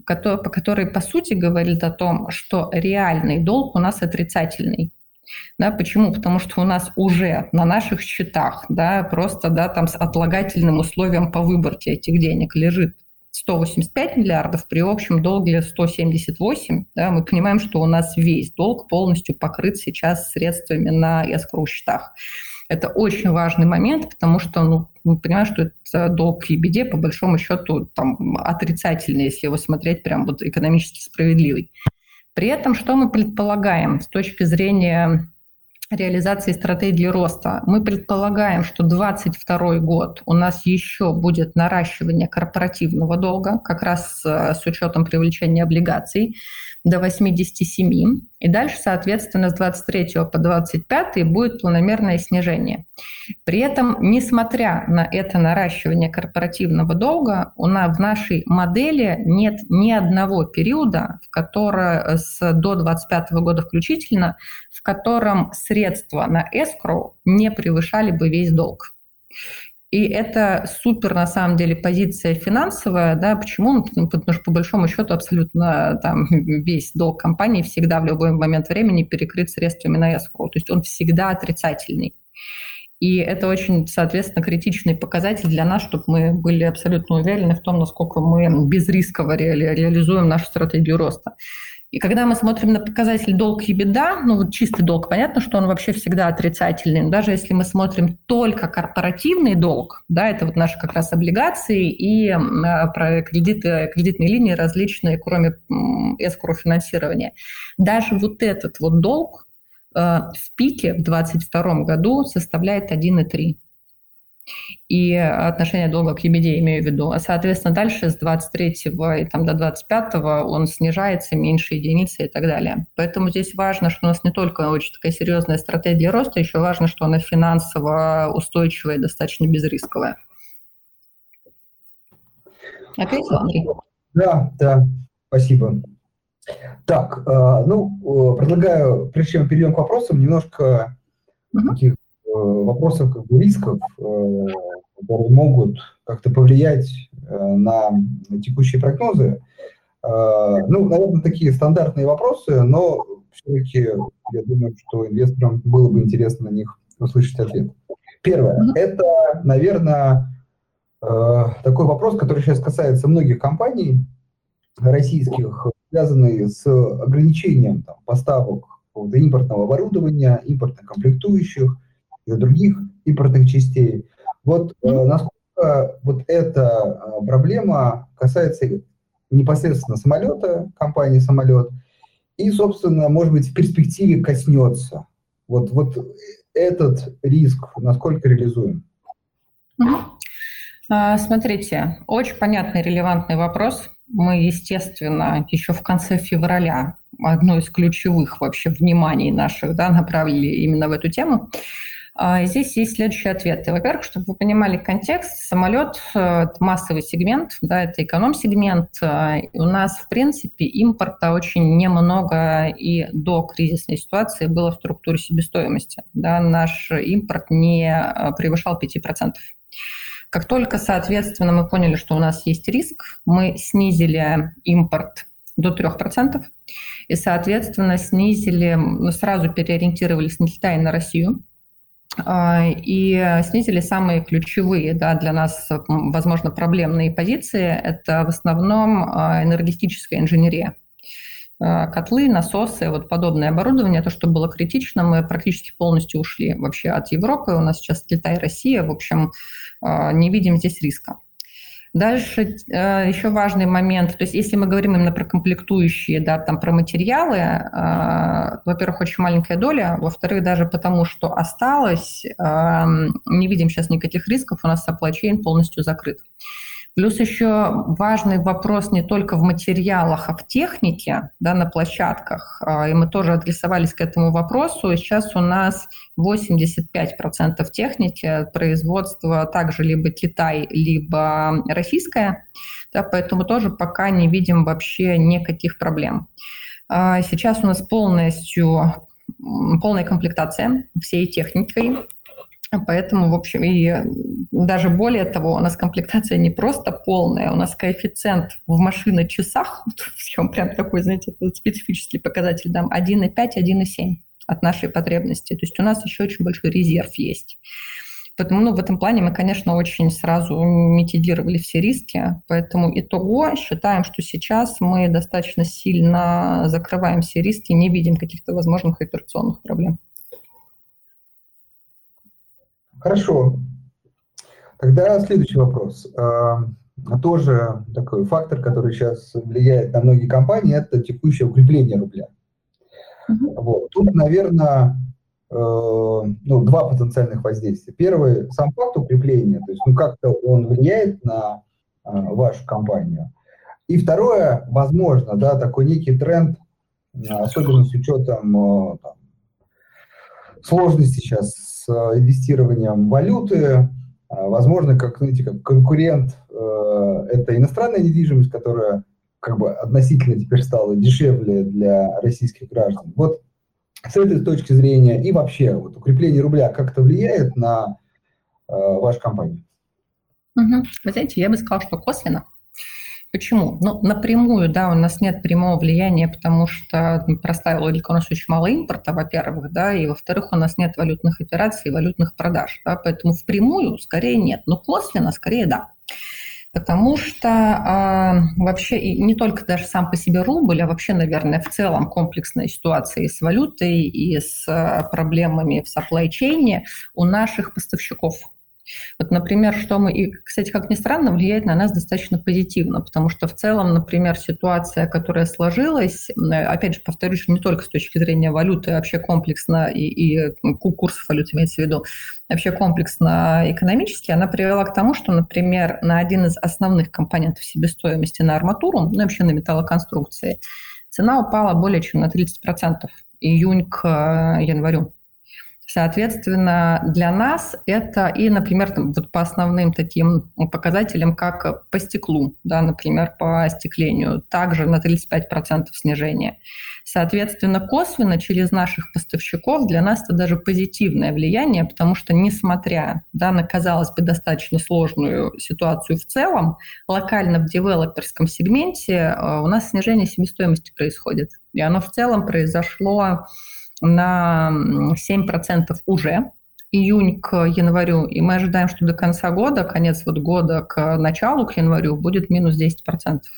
по которой, по сути, говорит о том, что реальный долг у нас отрицательный. Да, почему? Потому что у нас уже на наших счетах, да, просто, да, там с отлагательным условием по выборке этих денег лежит сто восемьдесят пять миллиардов при общем долге сто семьдесят восемь. Да, мы понимаем, что у нас весь долг полностью покрыт сейчас средствами на эскроу счетах. Это очень важный момент, потому что, ну, мы понимаем, что это долг к и би ди по большому счету там отрицательный, если его смотреть прям вот экономически справедливый. При этом, что мы предполагаем с точки зрения реализации стратегии роста? Мы предполагаем, что двадцать второй год у нас еще будет наращивание корпоративного долга, как раз с учетом привлечения облигаций, до восемьдесят семь. И дальше, соответственно, с двадцать третьего по двадцать пятый будет планомерное снижение. При этом, несмотря на это наращивание корпоративного долга, у нас в нашей модели нет ни одного периода, в котором с, до двадцать пятого года включительно, в котором средства на эскроу не превышали бы весь долг. И это супер, на самом деле, позиция финансовая. Да? Почему? Ну, потому что, по большому счету, абсолютно там, весь долг компании всегда в любой момент времени перекрыт средствами на эскроу. То есть он всегда отрицательный. И это очень, соответственно, критичный показатель для нас, чтобы мы были абсолютно уверены в том, насколько мы безрисково ре- реализуем нашу стратегию роста. И когда мы смотрим на показатель долг и беда, ну вот чистый долг, понятно, что он вообще всегда отрицательный. Но даже если мы смотрим только корпоративный долг, да, это вот наши как раз облигации и э, про кредиты, кредитные линии различные, кроме эскроу финансирования. Даже вот этот вот долг э, в пике в двадцать втором году составляет один целых три десятых. И отношение долга к и би ди имею в виду. А, соответственно, дальше с двадцать третьего и там, до двадцать пятого он снижается, меньше единицы и так далее. Поэтому здесь важно, что у нас не только очень такая серьезная стратегия роста, еще важно, что она финансово устойчивая и достаточно безрисковая. Ответил, Андрей? Да, да, спасибо. Так, ну, предлагаю, прежде чем перейдем к вопросам, немножко угу. таких вопросов, как бы рисков, которые могут как-то повлиять на текущие прогнозы. Ну, наверное, такие стандартные вопросы, но все-таки я думаю, что инвесторам было бы интересно на них услышать ответ. Первое. Это, наверное, такой вопрос, который сейчас касается многих компаний российских, связанный с ограничением там, поставок импортного оборудования, импортных комплектующих, и других импортных частей. Вот э, насколько вот эта э, проблема касается непосредственно самолета, компании «Самолет», и, собственно, может быть, в перспективе коснется. Вот, вот этот риск насколько реализуем? Смотрите, очень понятный, релевантный вопрос. Мы, естественно, еще в конце февраля одно из ключевых вообще вниманий наших, да, направили именно в эту тему. Здесь есть следующие ответы. Во-первых, чтобы вы понимали контекст, самолет – это массовый сегмент, да, это эконом-сегмент. У нас, в принципе, импорта очень немного и до кризисной ситуации было в структуре себестоимости. Да, наш импорт не превышал пять процентов. Как только, соответственно, мы поняли, что у нас есть риск, мы снизили импорт до трех процентов и, соответственно, снизили, сразу переориентировались на Китай и на Россию. И снизили самые ключевые, да, для нас, возможно, проблемные позиции. Это в основном энергетическая инженерия. Котлы, насосы, вот подобное оборудование, то, что было критично, мы практически полностью ушли вообще от Европы. У нас сейчас Китай и Россия, в общем, не видим здесь риска. Дальше еще важный момент, то есть если мы говорим именно про комплектующие, да, там про материалы, во-первых, очень маленькая доля, во-вторых, даже потому, что осталось, не видим сейчас никаких рисков, у нас supply chain полностью закрыт. Плюс еще важный вопрос не только в материалах, а в технике, да, на площадках. И мы тоже адресовались к этому вопросу. И сейчас у нас восемьдесят пять процентов техники производства также либо Китай, либо российская. Да, поэтому тоже пока не видим вообще никаких проблем. Сейчас у нас полностью, полная комплектация всей техникой. Поэтому, в общем, и даже более того, у нас комплектация не просто полная, у нас коэффициент в машиночасах, вот, прям такой, знаете, специфический показатель, там один и пять, один и семь от нашей потребности. То есть у нас еще очень большой резерв есть. Поэтому ну, в этом плане мы, конечно, очень сразу митигировали все риски, поэтому итого считаем, что сейчас мы достаточно сильно закрываем все риски, не видим каких-то возможных операционных проблем. Хорошо. Тогда следующий вопрос. Тоже такой фактор, который сейчас влияет на многие компании, это текущее укрепление рубля. Mm-hmm. Вот. Тут, наверное, ну, два потенциальных воздействия. Первый – сам факт укрепления, то есть ну, как-то он влияет на вашу компанию. И второе, возможно, да, такой некий тренд, особенно с учетом там, сложности сейчас с инвестированием валюты, возможно, как, знаете, как конкурент, это иностранная недвижимость, которая как бы относительно теперь стала дешевле для российских граждан. Вот с этой точки зрения и вообще вот, укрепление рубля как-то влияет на э, вашу компанию? Угу. Вы знаете, я бы сказала, что косвенно. Почему? Ну, напрямую, да, у нас нет прямого влияния, потому что простая логика, у нас очень мало импорта, во-первых, да, и во-вторых, у нас нет валютных операций, валютных продаж, да, поэтому впрямую скорее нет, но косвенно скорее да. Потому что э, вообще и не только даже сам по себе рубль, а вообще, наверное, в целом комплексная ситуация и с валютой, и с э, проблемами в supply-chain у наших поставщиков. Вот, например, что мы, и, кстати, как ни странно, влияет на нас достаточно позитивно, потому что в целом, например, ситуация, которая сложилась, опять же, повторюсь, не только с точки зрения валюты, а вообще комплексно, и, и курсов валют имеется в виду, вообще комплексно экономически, она привела к тому, что, например, на один из основных компонентов себестоимости, на арматуру, ну и вообще на металлоконструкции, цена упала более чем на тридцать процентов июнь к январю. Соответственно, для нас это и, например, там, вот по основным таким показателям, как по стеклу, да, например, по остеклению, также на тридцать пять процентов снижение. Соответственно, косвенно через наших поставщиков для нас это даже позитивное влияние, потому что, несмотря да, на, казалось бы, достаточно сложную ситуацию в целом, локально в девелоперском сегменте у нас снижение себестоимости происходит. И оно в целом произошло на семь процентов уже, июнь к январю, и мы ожидаем, что до конца года, конец вот года к началу, к январю, будет минус десять процентов.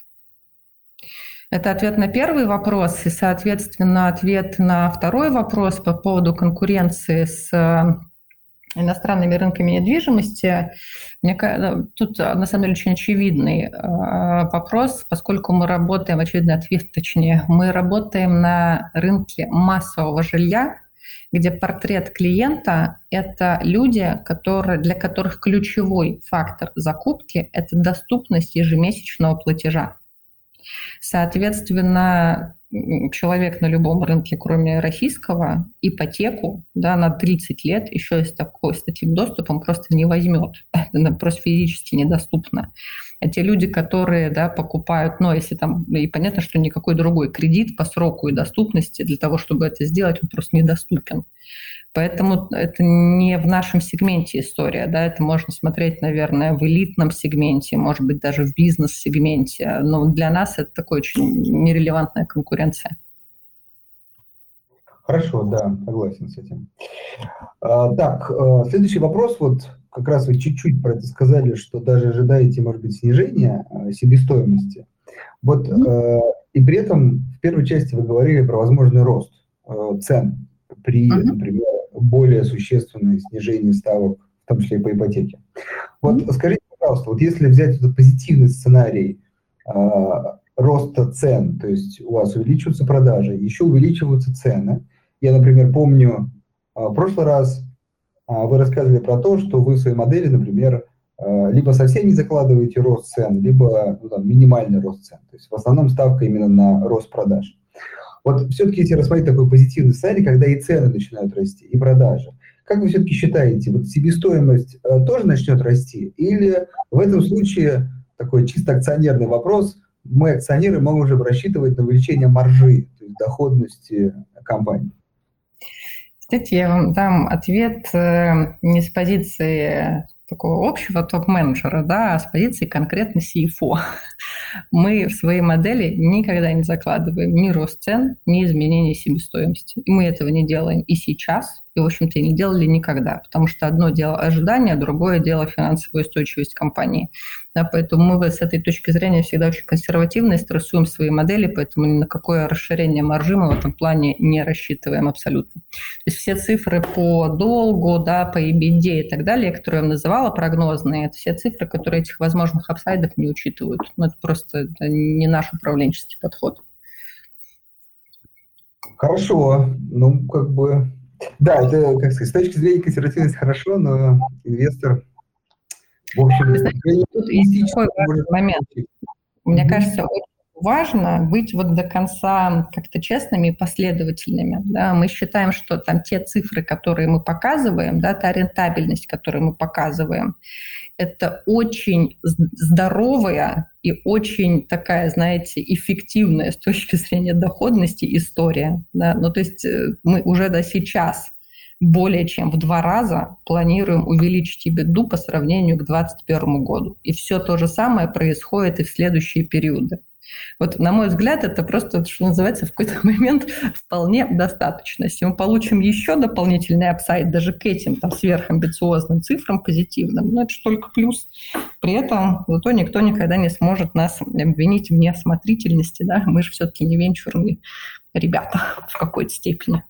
Это ответ на первый вопрос, и, соответственно, ответ на второй вопрос по поводу конкуренции с иностранными рынками недвижимости. Мне, тут, на самом деле, очень очевидный вопрос, поскольку мы работаем, очевидный ответ, точнее, мы работаем на рынке массового жилья, где портрет клиента – это люди, которые, для которых ключевой фактор закупки – это доступность ежемесячного платежа. Соответственно, человек на любом рынке, кроме российского, ипотеку да, на тридцать лет еще и с, такой, с таким доступом просто не возьмет. Это просто физически недоступно. А те люди, которые да, покупают, ну, если там, и понятно, что никакой другой кредит по сроку и доступности для того, чтобы это сделать, он просто недоступен. Поэтому это не в нашем сегменте история, да, это можно смотреть, наверное, в элитном сегменте, может быть, даже в бизнес-сегменте, но для нас это такая очень нерелевантная конкуренция. Хорошо, да, согласен с этим. А, так, следующий вопрос, вот как раз вы чуть-чуть про это сказали, что даже ожидаете, может быть, снижения себестоимости. Вот, mm-hmm. и при этом в первой части вы говорили про возможный рост цен при, mm-hmm. например, более существенное снижение ставок, в том числе и по ипотеке. Вот mm-hmm. скажите, пожалуйста, вот если взять этот позитивный сценарий э, роста цен, то есть у вас увеличиваются продажи, еще увеличиваются цены. Я, например, помню, э, в прошлый раз э, вы рассказывали про то, что вы в своей модели, например, э, либо совсем не закладываете рост цен, либо ну, там, минимальный рост цен. То есть в основном ставка именно на рост продаж. Вот все-таки, если рассмотреть такой позитивный сценарий, когда и цены начинают расти, и продажи, как вы все-таки считаете, вот себестоимость э, тоже начнет расти? Или в этом случае, такой чисто акционерный вопрос, мы, акционеры, можем рассчитывать на увеличение маржи, то есть доходности компании? Кстати, я вам дам ответ э, не с позиции такого общего топ-менеджера, да, а с позиции конкретно си эф о. Мы в своей модели никогда не закладываем ни рост цен, ни изменение себестоимости. И мы этого не делаем и сейчас, и, в общем-то, и не делали никогда, потому что одно дело ожидание, другое дело финансовая устойчивость компании. Да, поэтому мы с этой точки зрения всегда очень консервативно и стрессуем свои модели, поэтому ни на какое расширение маржи мы в этом плане не рассчитываем абсолютно. То есть все цифры по долгу, да, по и би ай ди и так далее, которые я вам называла, прогнозные, это все цифры, которые этих возможных апсайдов не учитывают. Но это просто это не наш управленческий подход. Хорошо. Ну, как бы... Да, это, как сказать, с точки зрения консервативности хорошо, но инвестор, в общем... Знаете, тут есть такой важный момент. Мне mm-hmm. кажется, очень важно быть вот до конца как-то честными и последовательными. Да? Мы считаем, что там те цифры, которые мы показываем, да, та рентабельность, которую мы показываем, это очень здоровая и очень такая, знаете, эффективная с точки зрения доходности история. Да? Ну, то есть мы уже до сейчас более чем в два раза планируем увеличить EBITDA по сравнению к две тысячи двадцать первому году. И все то же самое происходит и в следующие периоды. Вот, на мой взгляд, это просто, что называется, в какой-то момент вполне достаточно. Если мы получим еще дополнительный апсайд даже к этим там, сверхамбициозным цифрам позитивным, ну, это же только плюс. При этом зато никто никогда не сможет нас обвинить в неосмотрительности. Да? Мы же все-таки не венчурные ребята в какой-то степени.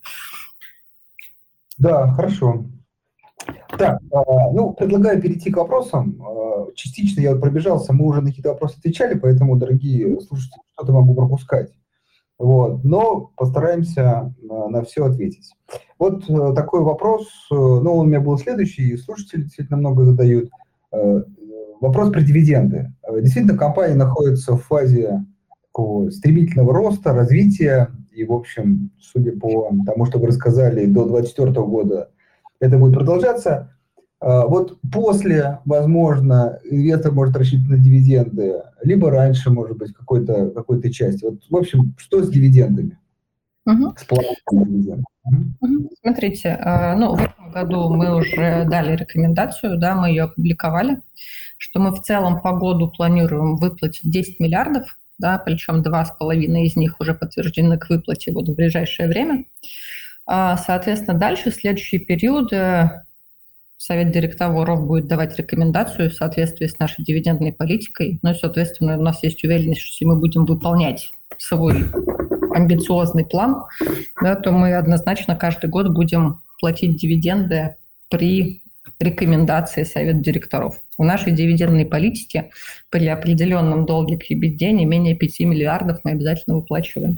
Да, хорошо. Так, ну, предлагаю перейти к вопросам. Частично я вот пробежался, мы уже на какие-то вопросы отвечали, поэтому, дорогие слушатели, что-то могу пропускать. Вот, но постараемся на все ответить. Вот такой вопрос, ну, он у меня был следующий, слушатели действительно много задают. Вопрос про дивиденды. Действительно, компания находится в фазе такого стремительного роста, развития, и, в общем, судя по тому, что вы рассказали, до две тысячи двадцать четвёртого года это будет продолжаться. Вот после, возможно, инвестор может рассчитывать на дивиденды, либо раньше, может быть, какой-то, какой-то части. Вот, в общем, что с дивидендами? Угу. С планом дивидендов. Угу. Смотрите, ну, в этом году мы уже дали рекомендацию, да, мы ее опубликовали, что мы в целом по году планируем выплатить десять миллиардов, да, причем два с половиной из них уже подтверждены к выплате вот в ближайшее время. Соответственно, дальше, в следующие периоды, Совет директоров будет давать рекомендацию в соответствии с нашей дивидендной политикой. Ну и, соответственно, у нас есть уверенность, что если мы будем выполнять свой амбициозный план, да, то мы однозначно каждый год будем платить дивиденды при рекомендации Совета директоров. В нашей дивидендной политике при определенном долге к EBITDA не менее пяти миллиардов мы обязательно выплачиваем.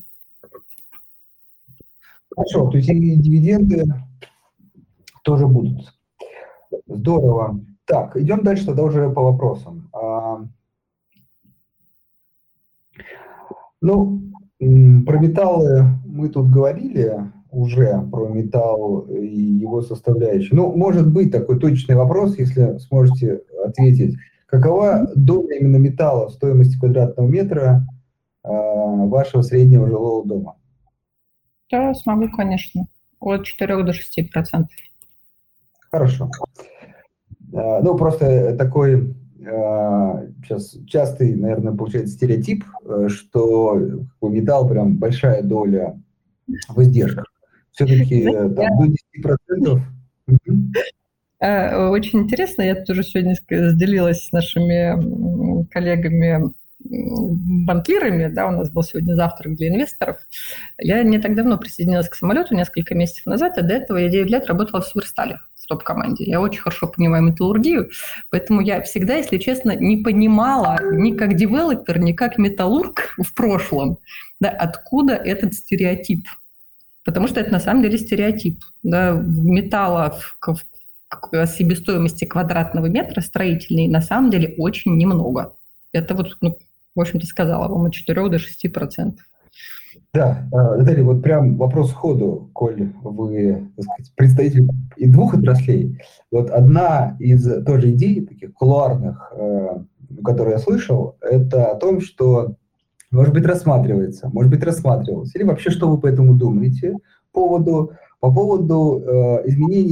Хорошо, то есть и дивиденды тоже будут. Здорово. Так, идем дальше тогда уже по вопросам. А, ну, про металлы мы тут говорили уже, про металл и его составляющие. Ну, может быть такой точный вопрос, если сможете ответить. Какова доля именно металла в стоимости квадратного метра а, вашего среднего жилого дома? Да, смогу, конечно. От четырёх до шести процентов. Хорошо. Ну, просто такой сейчас частый, наверное, получается стереотип, что металл прям большая доля в издержках. Все-таки там до десяти процентов. Очень интересно, я тоже сегодня разделилась с нашими коллегами банкирами, да, у нас был сегодня завтрак для инвесторов. Я не так давно присоединилась к самолету, несколько месяцев назад, а до этого я девять лет работала в Северстале, в топ-команде. Я очень хорошо понимаю металлургию, поэтому я всегда, если честно, не понимала ни как девелопер, ни как металлург в прошлом, да, откуда этот стереотип. Потому что это на самом деле стереотип. Да, металла в, в, в себестоимости квадратного метра строительной на самом деле очень немного. Это вот, ну, в общем-то, сказала вам от четырёх до шести процентов. Да, Наталья, вот прям вопрос сходу, коль вы, так сказать, представитель и двух отраслей. Вот одна из тоже идей, таких кулуарных, которые я слышал, это о том, что, может быть, рассматривается, может быть, рассматривалось, или вообще, что вы по этому думаете, по поводу, по поводу изменения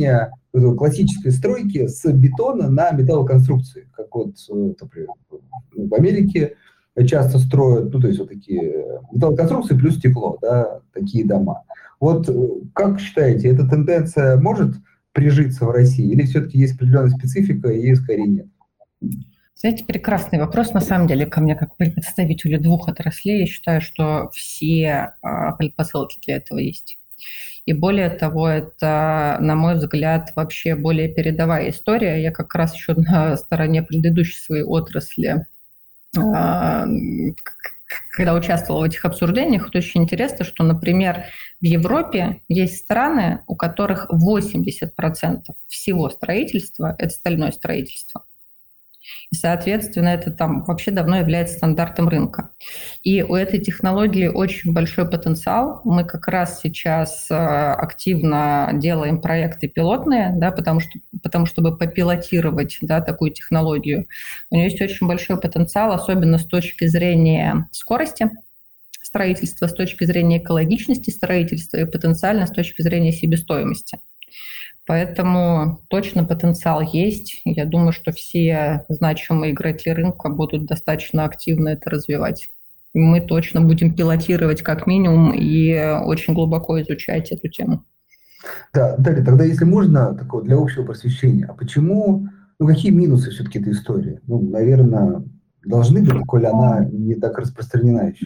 классической стройки с бетона на металлоконструкции, как вот, например, в Америке часто строят, ну, то есть вот такие металлоконструкции плюс стекло, да, такие дома. Вот как считаете, эта тенденция может прижиться в России или все-таки есть определенная специфика и скорее нет? Знаете, прекрасный вопрос, на самом деле, ко мне как представителю двух отраслей. Я считаю, что все а, предпосылки для этого есть. И более того, это, на мой взгляд, вообще более передовая история. Я как раз еще на стороне предыдущей своей отрасли, а, когда участвовала в этих обсуждениях, это очень интересно, что, например, в Европе есть страны, у которых восемьдесят процентов всего строительства – это стальное строительство. И, соответственно, это там вообще давно является стандартом рынка. И у этой технологии очень большой потенциал. Мы как раз сейчас активно делаем проекты пилотные, да, потому что, потому чтобы попилотировать, да, такую технологию. У нее есть очень большой потенциал, особенно с точки зрения скорости строительства, с точки зрения экологичности строительства и потенциально с точки зрения себестоимости. Поэтому точно потенциал есть. Я думаю, что все значимые игроки рынка будут достаточно активно это развивать. Мы точно будем пилотировать как минимум и очень глубоко изучать эту тему. Да, Дарья, тогда если можно, такое для общего просвещения, а почему, ну какие минусы все-таки этой истории? Ну, наверное, должны быть, коль она не так распространена еще.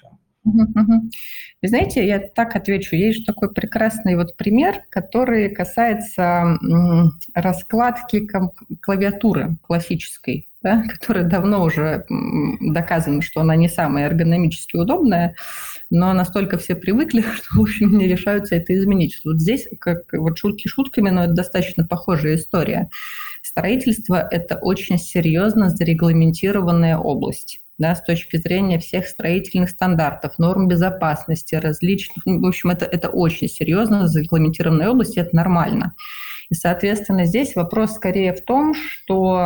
Вы знаете, я так отвечу. Есть же такой прекрасный вот пример, который касается раскладки клавиатуры классической, да, которая давно уже доказано, что она не самая эргономически удобная, но настолько все привыкли, что, в общем, не решаются это изменить. Вот здесь, как вот шутки шутками, но это достаточно похожая история. Строительство – это очень серьезно зарегламентированная область. Да, с точки зрения всех строительных стандартов, норм безопасности, различных. В общем, это, это очень серьезно, зарегламентированная область, и это нормально. И, соответственно, здесь вопрос скорее в том, что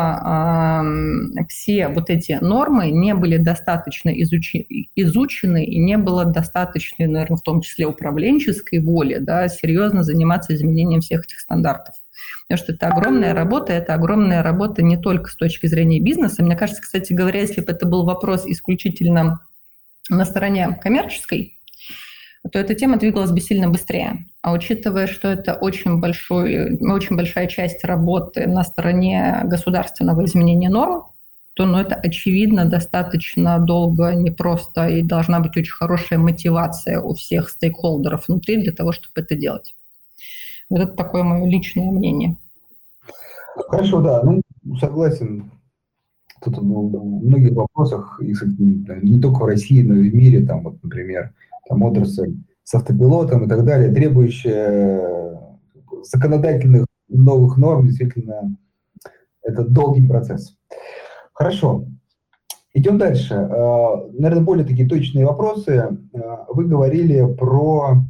э, все вот эти нормы не были достаточно изучи, изучены, и не было достаточной, наверное, в том числе управленческой воли, да, серьезно заниматься изменением всех этих стандартов. Потому что это огромная работа, это огромная работа не только с точки зрения бизнеса. Мне кажется, кстати говоря, если бы это был вопрос исключительно на стороне коммерческой, то эта тема двигалась бы сильно быстрее. А учитывая, что это очень, большой, очень большая часть работы на стороне государственного изменения норм, то, ну, это, очевидно, достаточно долго, непросто, и должна быть очень хорошая мотивация у всех стейкхолдеров внутри для того, чтобы это делать. Вот это такое мое личное мнение. Хорошо, да, ну, согласен. Тут ну, в многих вопросах, и, не только в России, но и в мире, там, вот, например, там отрасль с автопилотом и так далее, требующая законодательных новых норм, действительно, это долгий процесс. Хорошо. Идем дальше. Наверное, более такие точные вопросы. Вы говорили про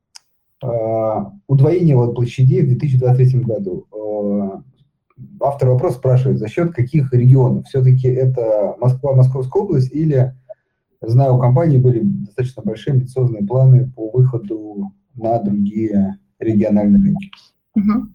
удвоение вот площадей в две тысячи двадцать третьем году. Автор вопроса спрашивает, за счет каких регионов? Все-таки это Москва, Московская область, или, знаю, у компании были достаточно большие амбициозные планы по выходу на другие региональные рынки? Угу.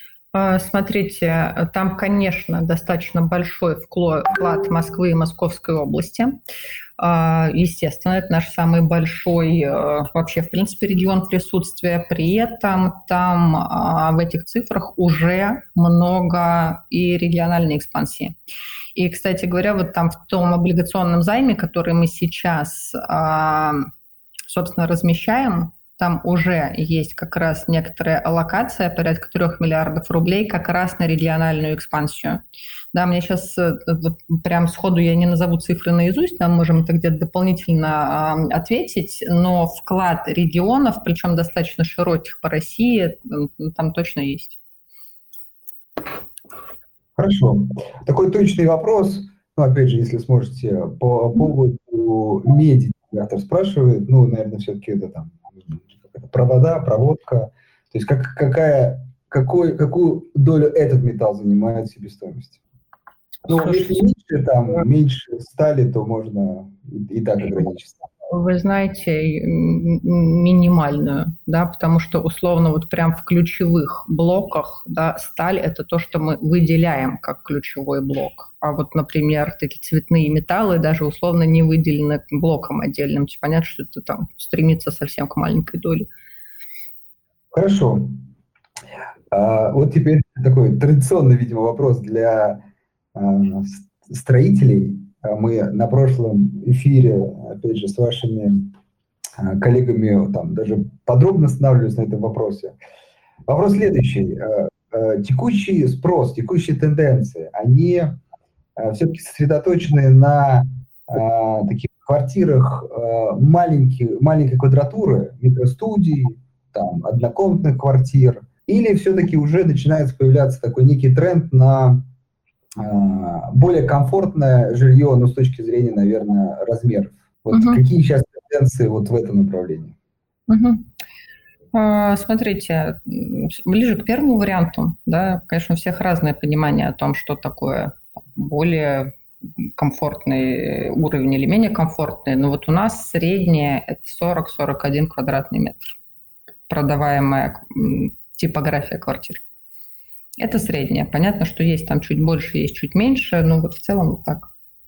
Смотрите, там, конечно, достаточно большой вклад Москвы и Московской области. Естественно, это наш самый большой вообще, в принципе, регион присутствия. При этом там в этих цифрах уже много и региональной экспансии. И, кстати говоря, вот там в том облигационном займе, который мы сейчас, собственно, размещаем, там уже есть как раз некоторая аллокация, порядка трех миллиардов рублей, как раз на региональную экспансию. Да, мне сейчас вот прям сходу я не назову цифры наизусть, нам можем это где-то дополнительно э, ответить, но вклад регионов, причем достаточно широких по России, там точно есть. Хорошо. Такой точный вопрос, ну, опять же, если сможете, по поводу меди, автор спрашивает, ну, наверное, все-таки это там провода, проводка, то есть как, какая, какой, какую долю этот металл занимает в себестоимости? Ну, если меньше, там, меньше стали, то можно и, и так ограничиться. Вы знаете, минимальную, да, потому что условно вот прям в ключевых блоках, да, сталь – это то, что мы выделяем как ключевой блок. А вот, например, такие цветные металлы даже условно не выделены блоком отдельным. Понятно, что это там стремится совсем к маленькой доле. Хорошо. А, вот теперь такой традиционный, видимо, вопрос для а, строителей. Мы на прошлом эфире, опять же, с вашими коллегами там даже подробно останавливались на этом вопросе. Вопрос следующий. Текущий спрос, текущие тенденции, они все-таки сосредоточены на таких квартирах маленькие, маленькой квадратуры, микростудий, там, однокомнатных квартир, или все-таки уже начинается появляться такой некий тренд на более комфортное жилье, но с точки зрения, наверное, размеров. Вот угу. Какие сейчас тенденции вот в этом направлении? Угу. А, смотрите, ближе к первому варианту, да, конечно, у всех разное понимание о том, что такое более комфортный уровень или менее комфортный, но вот у нас среднее – это сорок - сорок один квадратный метр, продаваемая типография квартир. Это среднее. Понятно, что есть там чуть больше, есть чуть меньше, но вот в целом вот так.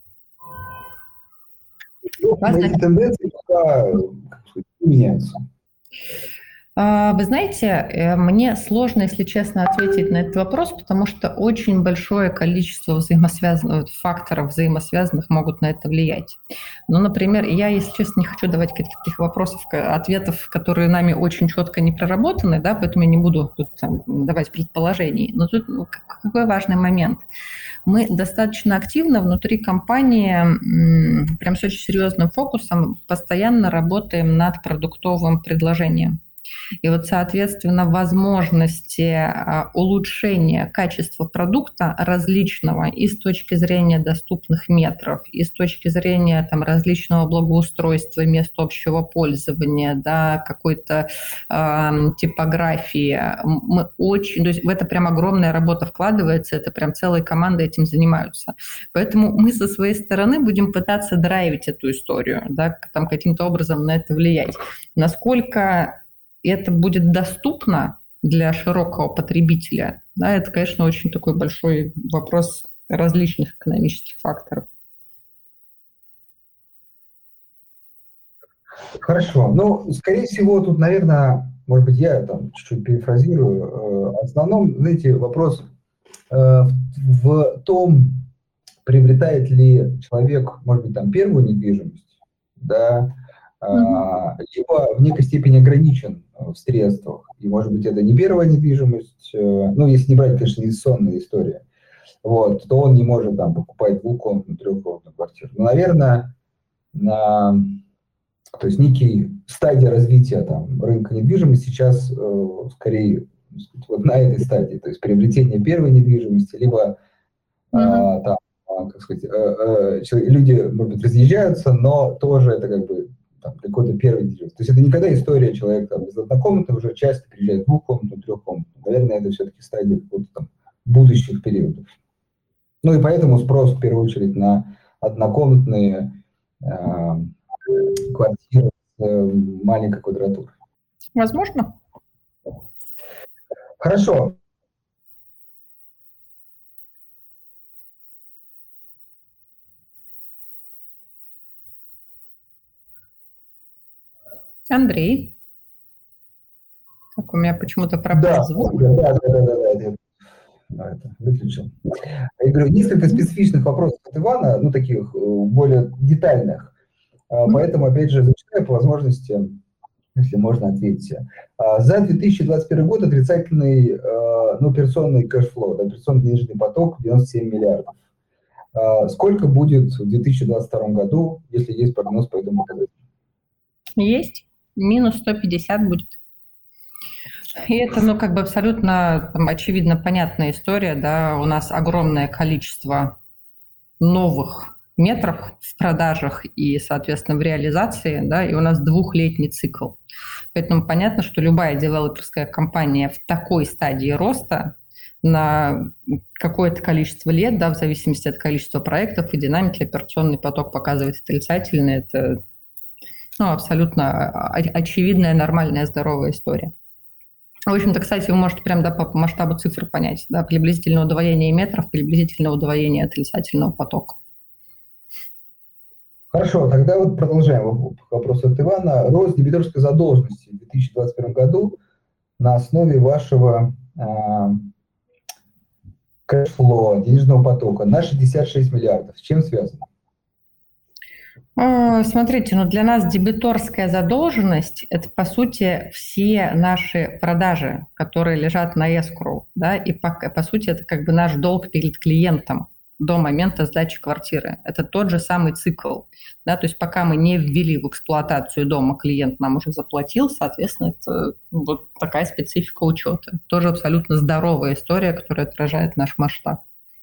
Ну, эти тенденции пока меняются. Вы знаете, мне сложно, если честно, ответить на этот вопрос, потому что очень большое количество взаимосвязанных факторов, взаимосвязанных могут на это влиять. Ну, например, я, если честно, не хочу давать каких-то таких вопросов, ответов, которые нами очень четко не проработаны, да, поэтому я не буду тут там давать предположений. Но тут ну, какой важный момент. Мы достаточно активно внутри компании, прям с очень серьезным фокусом, постоянно работаем над продуктовым предложением. И вот, соответственно, возможности улучшения качества продукта различного и с точки зрения доступных метров, и с точки зрения там, различного благоустройства, мест общего пользования, да, какой-то э, типографии. Мы очень, то есть в это прям огромная работа вкладывается, это прям целая команда этим занимаются. Поэтому мы со своей стороны будем пытаться драйвить эту историю, да, там, каким-то образом на это влиять. Насколько это будет доступно для широкого потребителя, да, это, конечно, очень такой большой вопрос различных экономических факторов. Хорошо. Ну, скорее всего, тут, наверное, может быть, я там чуть-чуть перефразирую. В основном, знаете, вопрос в том, приобретает ли человек, может быть, там первую недвижимость, да, Uh-huh. либо в некой степени ограничен в средствах. И, может быть, это не первая недвижимость, ну, если не брать, конечно, инвестиционная история, вот, то он не может там покупать двухкомнатную, трехкомнатную квартиру. Но, наверное, на, то есть некий стадия развития там, рынка недвижимости сейчас э, скорее сказать, вот на этой стадии, то есть приобретение первой недвижимости, либо uh-huh. э, там, как сказать, э, э, люди, может быть, разъезжаются, но тоже это как бы там, какой-то первый недвижимость. То есть это никогда история человека там, из однокомнатной уже часто переезжает в двухкомнатную, трехкомнатную. Наверное, это все-таки стадия какого-то там будущих периодов. Ну и поэтому спрос в первую очередь на однокомнатные э, квартиры с э, маленькой квадратурой. Возможно. Хорошо. Андрей. Так, у меня почему-то пропал да, звук. Да, да, да, да, да, я это, выключил. Я говорю, несколько специфичных вопросов от Ивана, ну, таких более детальных. Mm-hmm. Поэтому, опять же, зачитаю по возможности, если можно, ответьте. За две тысячи двадцать первый год отрицательный, ну, операционный кэшфлоу, операционный денежный поток девяносто семь миллиардов. Сколько будет в две тысячи двадцать втором году, если есть прогноз по этому показателю? Есть. Минус сто пятьдесят будет. И это, ну, как бы абсолютно, там, очевидно, понятная история, да, у нас огромное количество новых метров в продажах и, соответственно, в реализации, да, и у нас двухлетний цикл. Поэтому понятно, что любая девелоперская компания в такой стадии роста на какое-то количество лет, да, в зависимости от количества проектов и динамики, операционный поток показывает отрицательный, это Ну, абсолютно очевидная, нормальная, здоровая история. В общем-то, кстати, вы можете прям да, по масштабу цифр понять, да, приблизительное удвоение метров, приблизительное удвоение отрицательного потока. Хорошо, тогда вот продолжаем вопрос от Ивана. Рост дебиторской задолженности в две тысячи двадцать первом году на основе вашего э, кэшфлоу, денежного потока на шестьдесят шесть миллиардов. С чем связано? Смотрите, ну для нас дебиторская задолженность – это, по сути, все наши продажи, которые лежат на escrow, да, и по, по сути это как бы наш долг перед клиентом до момента сдачи квартиры. Это тот же самый цикл, да, то есть пока мы не ввели в эксплуатацию дома, клиент нам уже заплатил, соответственно, это вот такая специфика учета. Тоже абсолютно здоровая история, которая отражает наш масштаб.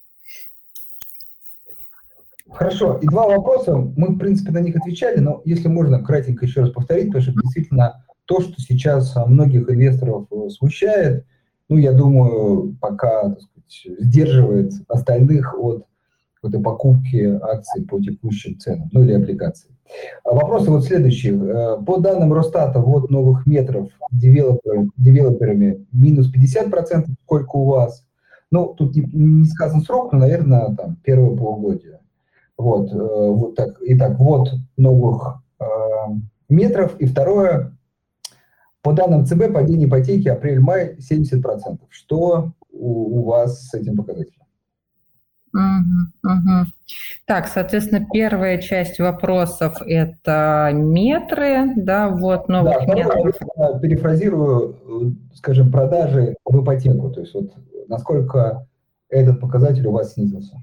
Хорошо, и два вопроса, мы, в принципе, на них отвечали, но если можно кратенько еще раз повторить, потому что действительно то, что сейчас многих инвесторов смущает, ну, я думаю, пока, так сказать, сдерживает остальных от какой-то покупки акций по текущим ценам, ну, или облигаций. Вопросы вот следующие. По данным Росстата, ввод новых метров девелоперами, девелоперами минус пятьдесят процентов, сколько у вас? Ну, тут не, не сказан срок, но, наверное, там, первое полугодие. Вот, э, вот так. Итак, вот новых э, метров. И второе, по данным ЦБ, падение ипотеки апрель-май семьдесят процентов. Что у, у вас с этим показателем? Угу, угу. Так, соответственно, первая часть вопросов – это метры, да, вот новых да, метров. Я перефразирую, скажем, продажи в ипотеку. То есть вот насколько этот показатель у вас снизился?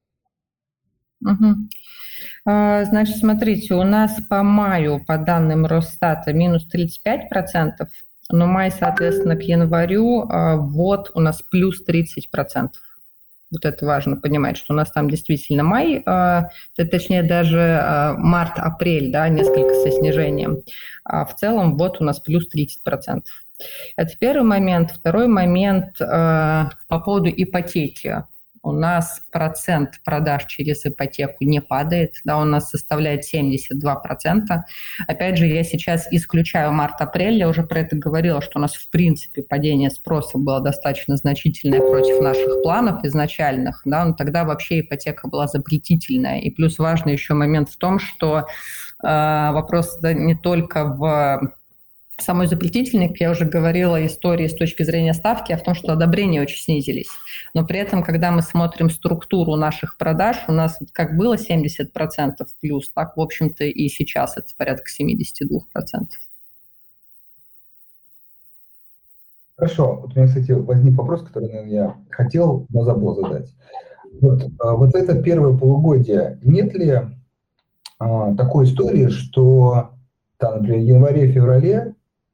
Угу. Значит, смотрите, у нас по маю, по данным Росстата, минус тридцать пять процентов, но май, соответственно, к январю вот у нас плюс тридцать процентов. Вот это важно понимать, что у нас там действительно май, точнее даже март-апрель, да, несколько со снижением. А в целом вот у нас плюс тридцать процентов. Это первый момент. Второй момент по поводу ипотеки. У нас процент продаж через ипотеку не падает, да, у нас составляет семьдесят два процента. Опять же, я сейчас исключаю март-апрель, я уже про это говорила, что у нас в принципе падение спроса было достаточно значительное против наших планов изначальных, да, но тогда вообще ипотека была запретительная. И плюс важный еще момент в том, что э, вопрос да, не только в... самой запретительной, как я уже говорила, истории с точки зрения ставки, а в том, что одобрения очень снизились. Но при этом, когда мы смотрим структуру наших продаж, у нас как было семьдесят процентов плюс, так, в общем-то, и сейчас это порядка семьдесят два процента. Хорошо. Вот у меня, кстати, возник вопрос, который, наверное, я хотел, но забыл задать. Вот, вот это первое полугодие, нет ли а, такой истории, что, там, например, в январе-феврале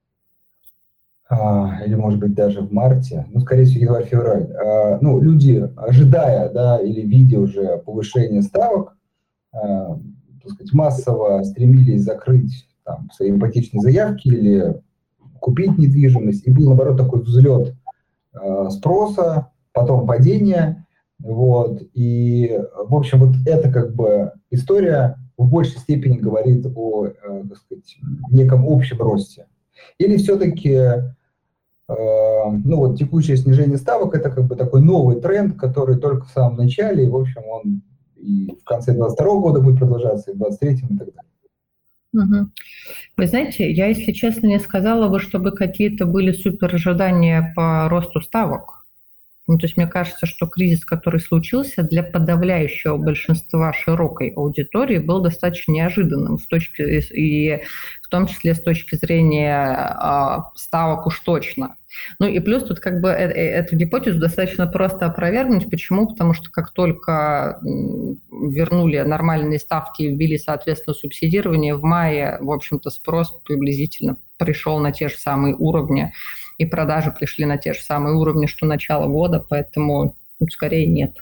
А, или, может быть, даже в марте, ну, скорее всего, январь-февраль, а, ну, люди, ожидая, да, или видя уже повышение ставок, а, так сказать, массово стремились закрыть там свои ипотечные заявки или купить недвижимость, и был, наоборот, такой взлет а, спроса, потом падение, вот, и, в общем, вот эта, как бы, история в большей степени говорит о, так сказать, неком общем росте. Или все-таки ну вот текущее снижение ставок – это как бы такой новый тренд, который только в самом начале, и, в общем, он и в конце двадцать второго года будет продолжаться, и в двадцать третьем, и так далее. Угу. Вы знаете, я, если честно, не сказала бы, чтобы какие-то были супер ожидания по росту ставок. Ну, то есть мне кажется, что кризис, который случился, для подавляющего большинства широкой аудитории был достаточно неожиданным, в точке, и в том числе с точки зрения а, ставок уж точно. Ну и плюс тут как бы эту гипотезу достаточно просто опровергнуть. Почему? Потому что как только вернули нормальные ставки и ввели, соответственно, субсидирование, в мае, в общем-то, спрос приблизительно пришел на те же самые уровни, и продажи пришли на те же самые уровни, что начало года, поэтому ну, скорее нет.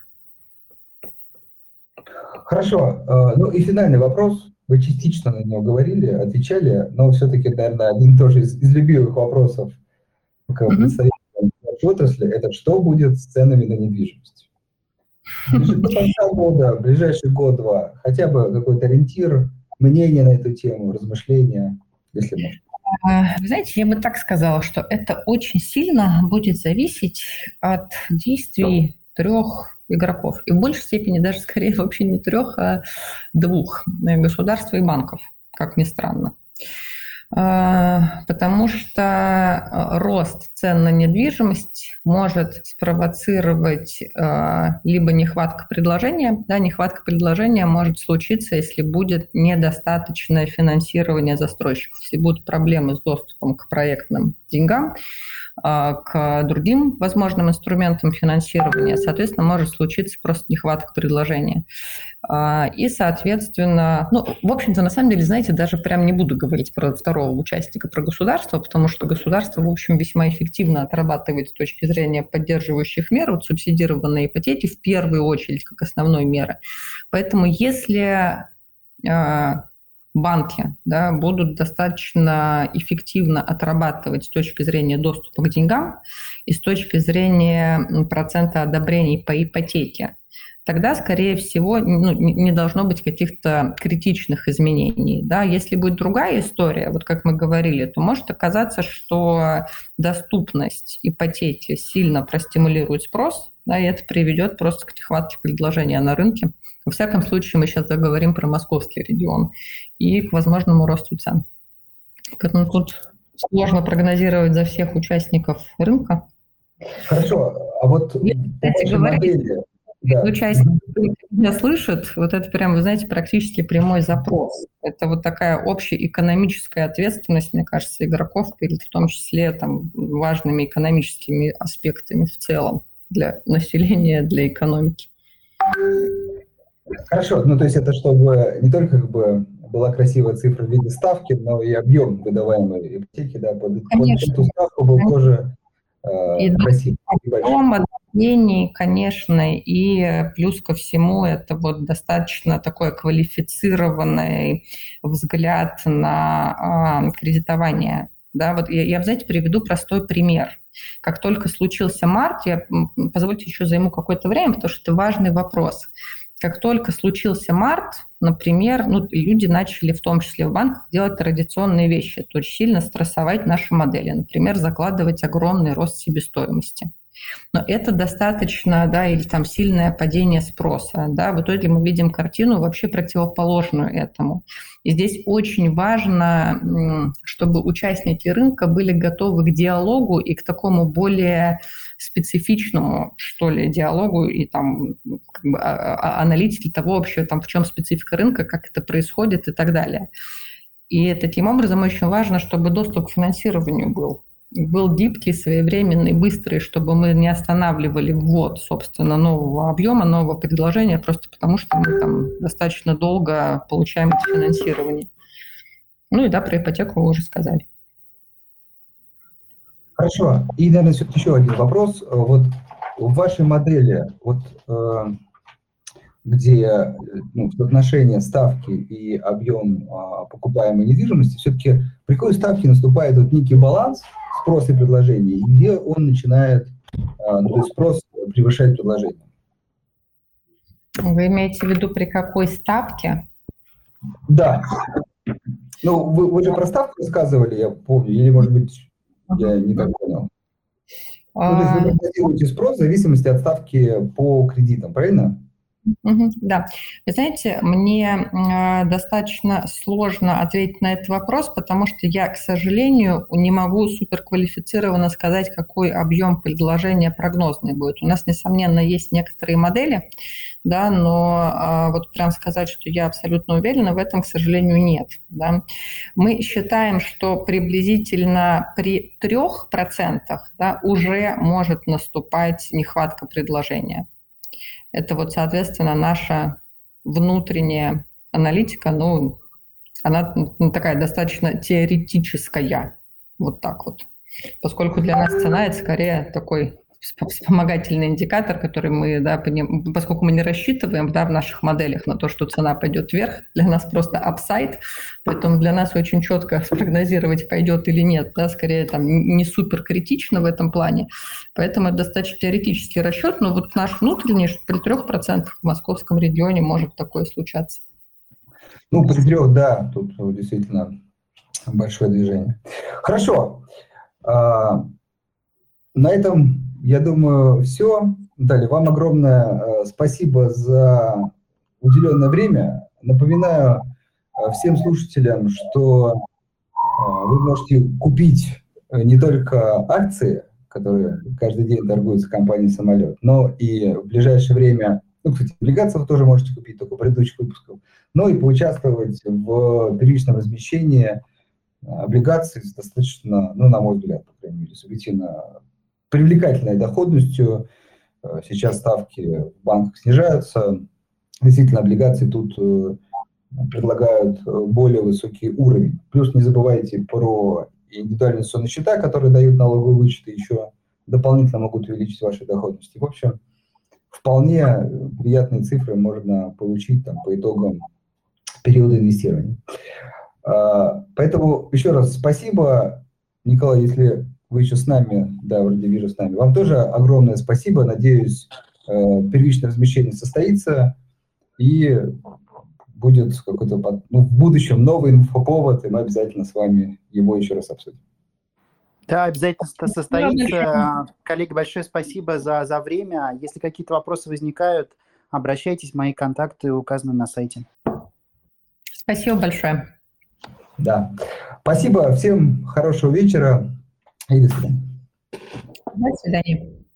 Хорошо. Ну и финальный вопрос. Вы частично на него говорили, отвечали, но все-таки, наверное, один тоже из, из любимых вопросов представителей отрасли, это что будет с ценами на недвижимость? До конца года, в ближайший год-два, хотя бы какой-то ориентир, мнение на эту тему, размышления, если можно? Вы знаете, я бы так сказала, что это очень сильно будет зависеть от действий трех игроков. И в большей степени даже скорее вообще не трех, а двух – государства и банков, как ни странно. Потому что рост цен на недвижимость может спровоцировать либо нехватка предложения. Да, нехватка предложения может случиться, если будет недостаточное финансирование застройщиков, если будут проблемы с доступом к проектным деньгам, к другим возможным инструментам финансирования, соответственно, может случиться просто нехватка предложения. И, соответственно, ну, в общем-то, на самом деле, знаете, даже прям не буду говорить про второго участника, про государство, потому что государство, в общем, весьма эффективно отрабатывает с точки зрения поддерживающих мер, вот субсидированные ипотеки в первую очередь как основной меры. Поэтому если банки, да, будут достаточно эффективно отрабатывать с точки зрения доступа к деньгам и с точки зрения процента одобрений по ипотеке, тогда, скорее всего, ну, не должно быть каких-то критичных изменений. Да? Если будет другая история, вот как мы говорили, то может оказаться, что доступность ипотеки сильно простимулирует спрос, да, и это приведет просто к нехватке предложения на рынке. Во всяком случае, мы сейчас говорим про московский регион и к возможному росту цен. Поэтому тут сложно прогнозировать за всех участников рынка. Хорошо, а вот кстати говоря, да. Участник меня слышит, вот это прям, вы знаете, практически прямой запрос. Это вот такая общеэкономическая ответственность, мне кажется, игроков перед в том числе там важными экономическими аспектами в целом для населения, для экономики. Хорошо, ну то есть это чтобы не только как бы была красивая цифра в виде ставки, но и объем выдаваемой ипотеки, да, под, под эту ставку был тоже э, и красивый. Объем одобрений, конечно, и плюс ко всему это вот достаточно такой квалифицированный взгляд на э, кредитование. Да, вот я, я, знаете, приведу простой пример. Как только случился март, я, позвольте еще займу какое-то время, потому что это важный вопрос. Как только случился март, например, ну, люди начали, в том числе в банках, делать традиционные вещи, то есть сильно стрессовать наши модели, например, закладывать огромный рост себестоимости. Но это достаточно, да, или там сильное падение спроса, да, в итоге мы видим картину вообще противоположную этому. И здесь очень важно, чтобы участники рынка были готовы к диалогу и к такому более специфичному, что ли, диалогу и там как бы, аналитики того вообще, там, в чем специфика рынка, как это происходит и так далее. И таким образом очень важно, чтобы доступ к финансированию был. был гибкий, своевременный, быстрый, чтобы мы не останавливали ввод, собственно, нового объема, нового предложения, просто потому что мы там достаточно долго получаем это финансирование. Ну и да, про ипотеку вы уже сказали. Хорошо. И, наверное, все-таки еще один вопрос. Вот в вашей модели, вот э, где ну, соотношение ставки и объем э, покупаемой недвижимости, все-таки при какой ставке наступает вот некий баланс спрос и предложение, и где он начинает, ну, то есть спрос превышает предложение? Вы имеете в виду при какой ставке? Да. Ну, вы, вы же про ставку рассказывали, я помню, или, может быть, я не так понял. Ну, то есть вы прогнозируете спрос в зависимости от ставки по кредитам, правильно? Mm-hmm, да. Вы знаете, мне э, достаточно сложно ответить на этот вопрос, потому что я, к сожалению, не могу суперквалифицированно сказать, какой объем предложения прогнозный будет. У нас, несомненно, есть некоторые модели, да, но э, вот прям сказать, что я абсолютно уверена, в этом, к сожалению, нет. Да. Мы считаем, что приблизительно при трех процентах, да, уже может наступать нехватка предложения. Это вот, соответственно, наша внутренняя аналитика, ну, она ну, такая достаточно теоретическая, вот так вот. Поскольку для нас цена – это скорее такой вспомогательный индикатор, который мы, да, поскольку мы не рассчитываем, да, в наших моделях на то, что цена пойдет вверх, для нас просто апсайд, поэтому для нас очень четко спрогнозировать, пойдет или нет, да, скорее там не супер критично в этом плане, поэтому это достаточно теоретический расчет, но вот наш внутренний при трех процентах в московском регионе может такое случаться. Ну, при трех, да, тут действительно большое движение. Хорошо. На этом, я думаю, все. Наталья, вам огромное спасибо за уделенное время. Напоминаю всем слушателям, что вы можете купить не только акции, которые каждый день торгуются компанией «Самолет», но и в ближайшее время, ну, кстати, облигации вы тоже можете купить, только предыдущих выпусков, но и поучаствовать в первичном размещении облигаций с достаточно, ну, на мой взгляд, по крайней мере, субъективно привлекательной доходностью. Сейчас ставки в банках снижаются. Действительно, облигации тут предлагают более высокий уровень. Плюс не забывайте про индивидуальные инвестиционные счета, которые дают налоговые вычеты, еще дополнительно могут увеличить ваши доходности. В общем, вполне приятные цифры можно получить там, по итогам периода инвестирования. Поэтому еще раз спасибо. Николай, если вы еще с нами, да, вроде вижу с нами, вам тоже огромное спасибо. Надеюсь, первичное размещение состоится и будет какой-то, ну, в будущем новый инфоповод, и мы обязательно с вами его еще раз обсудим. Да, обязательно состоится. Коллеги, большое спасибо за, за время. Если какие-то вопросы возникают, обращайтесь, мои контакты указаны на сайте. Спасибо большое. Да. Спасибо, всем хорошего вечера и до свидания. До свидания.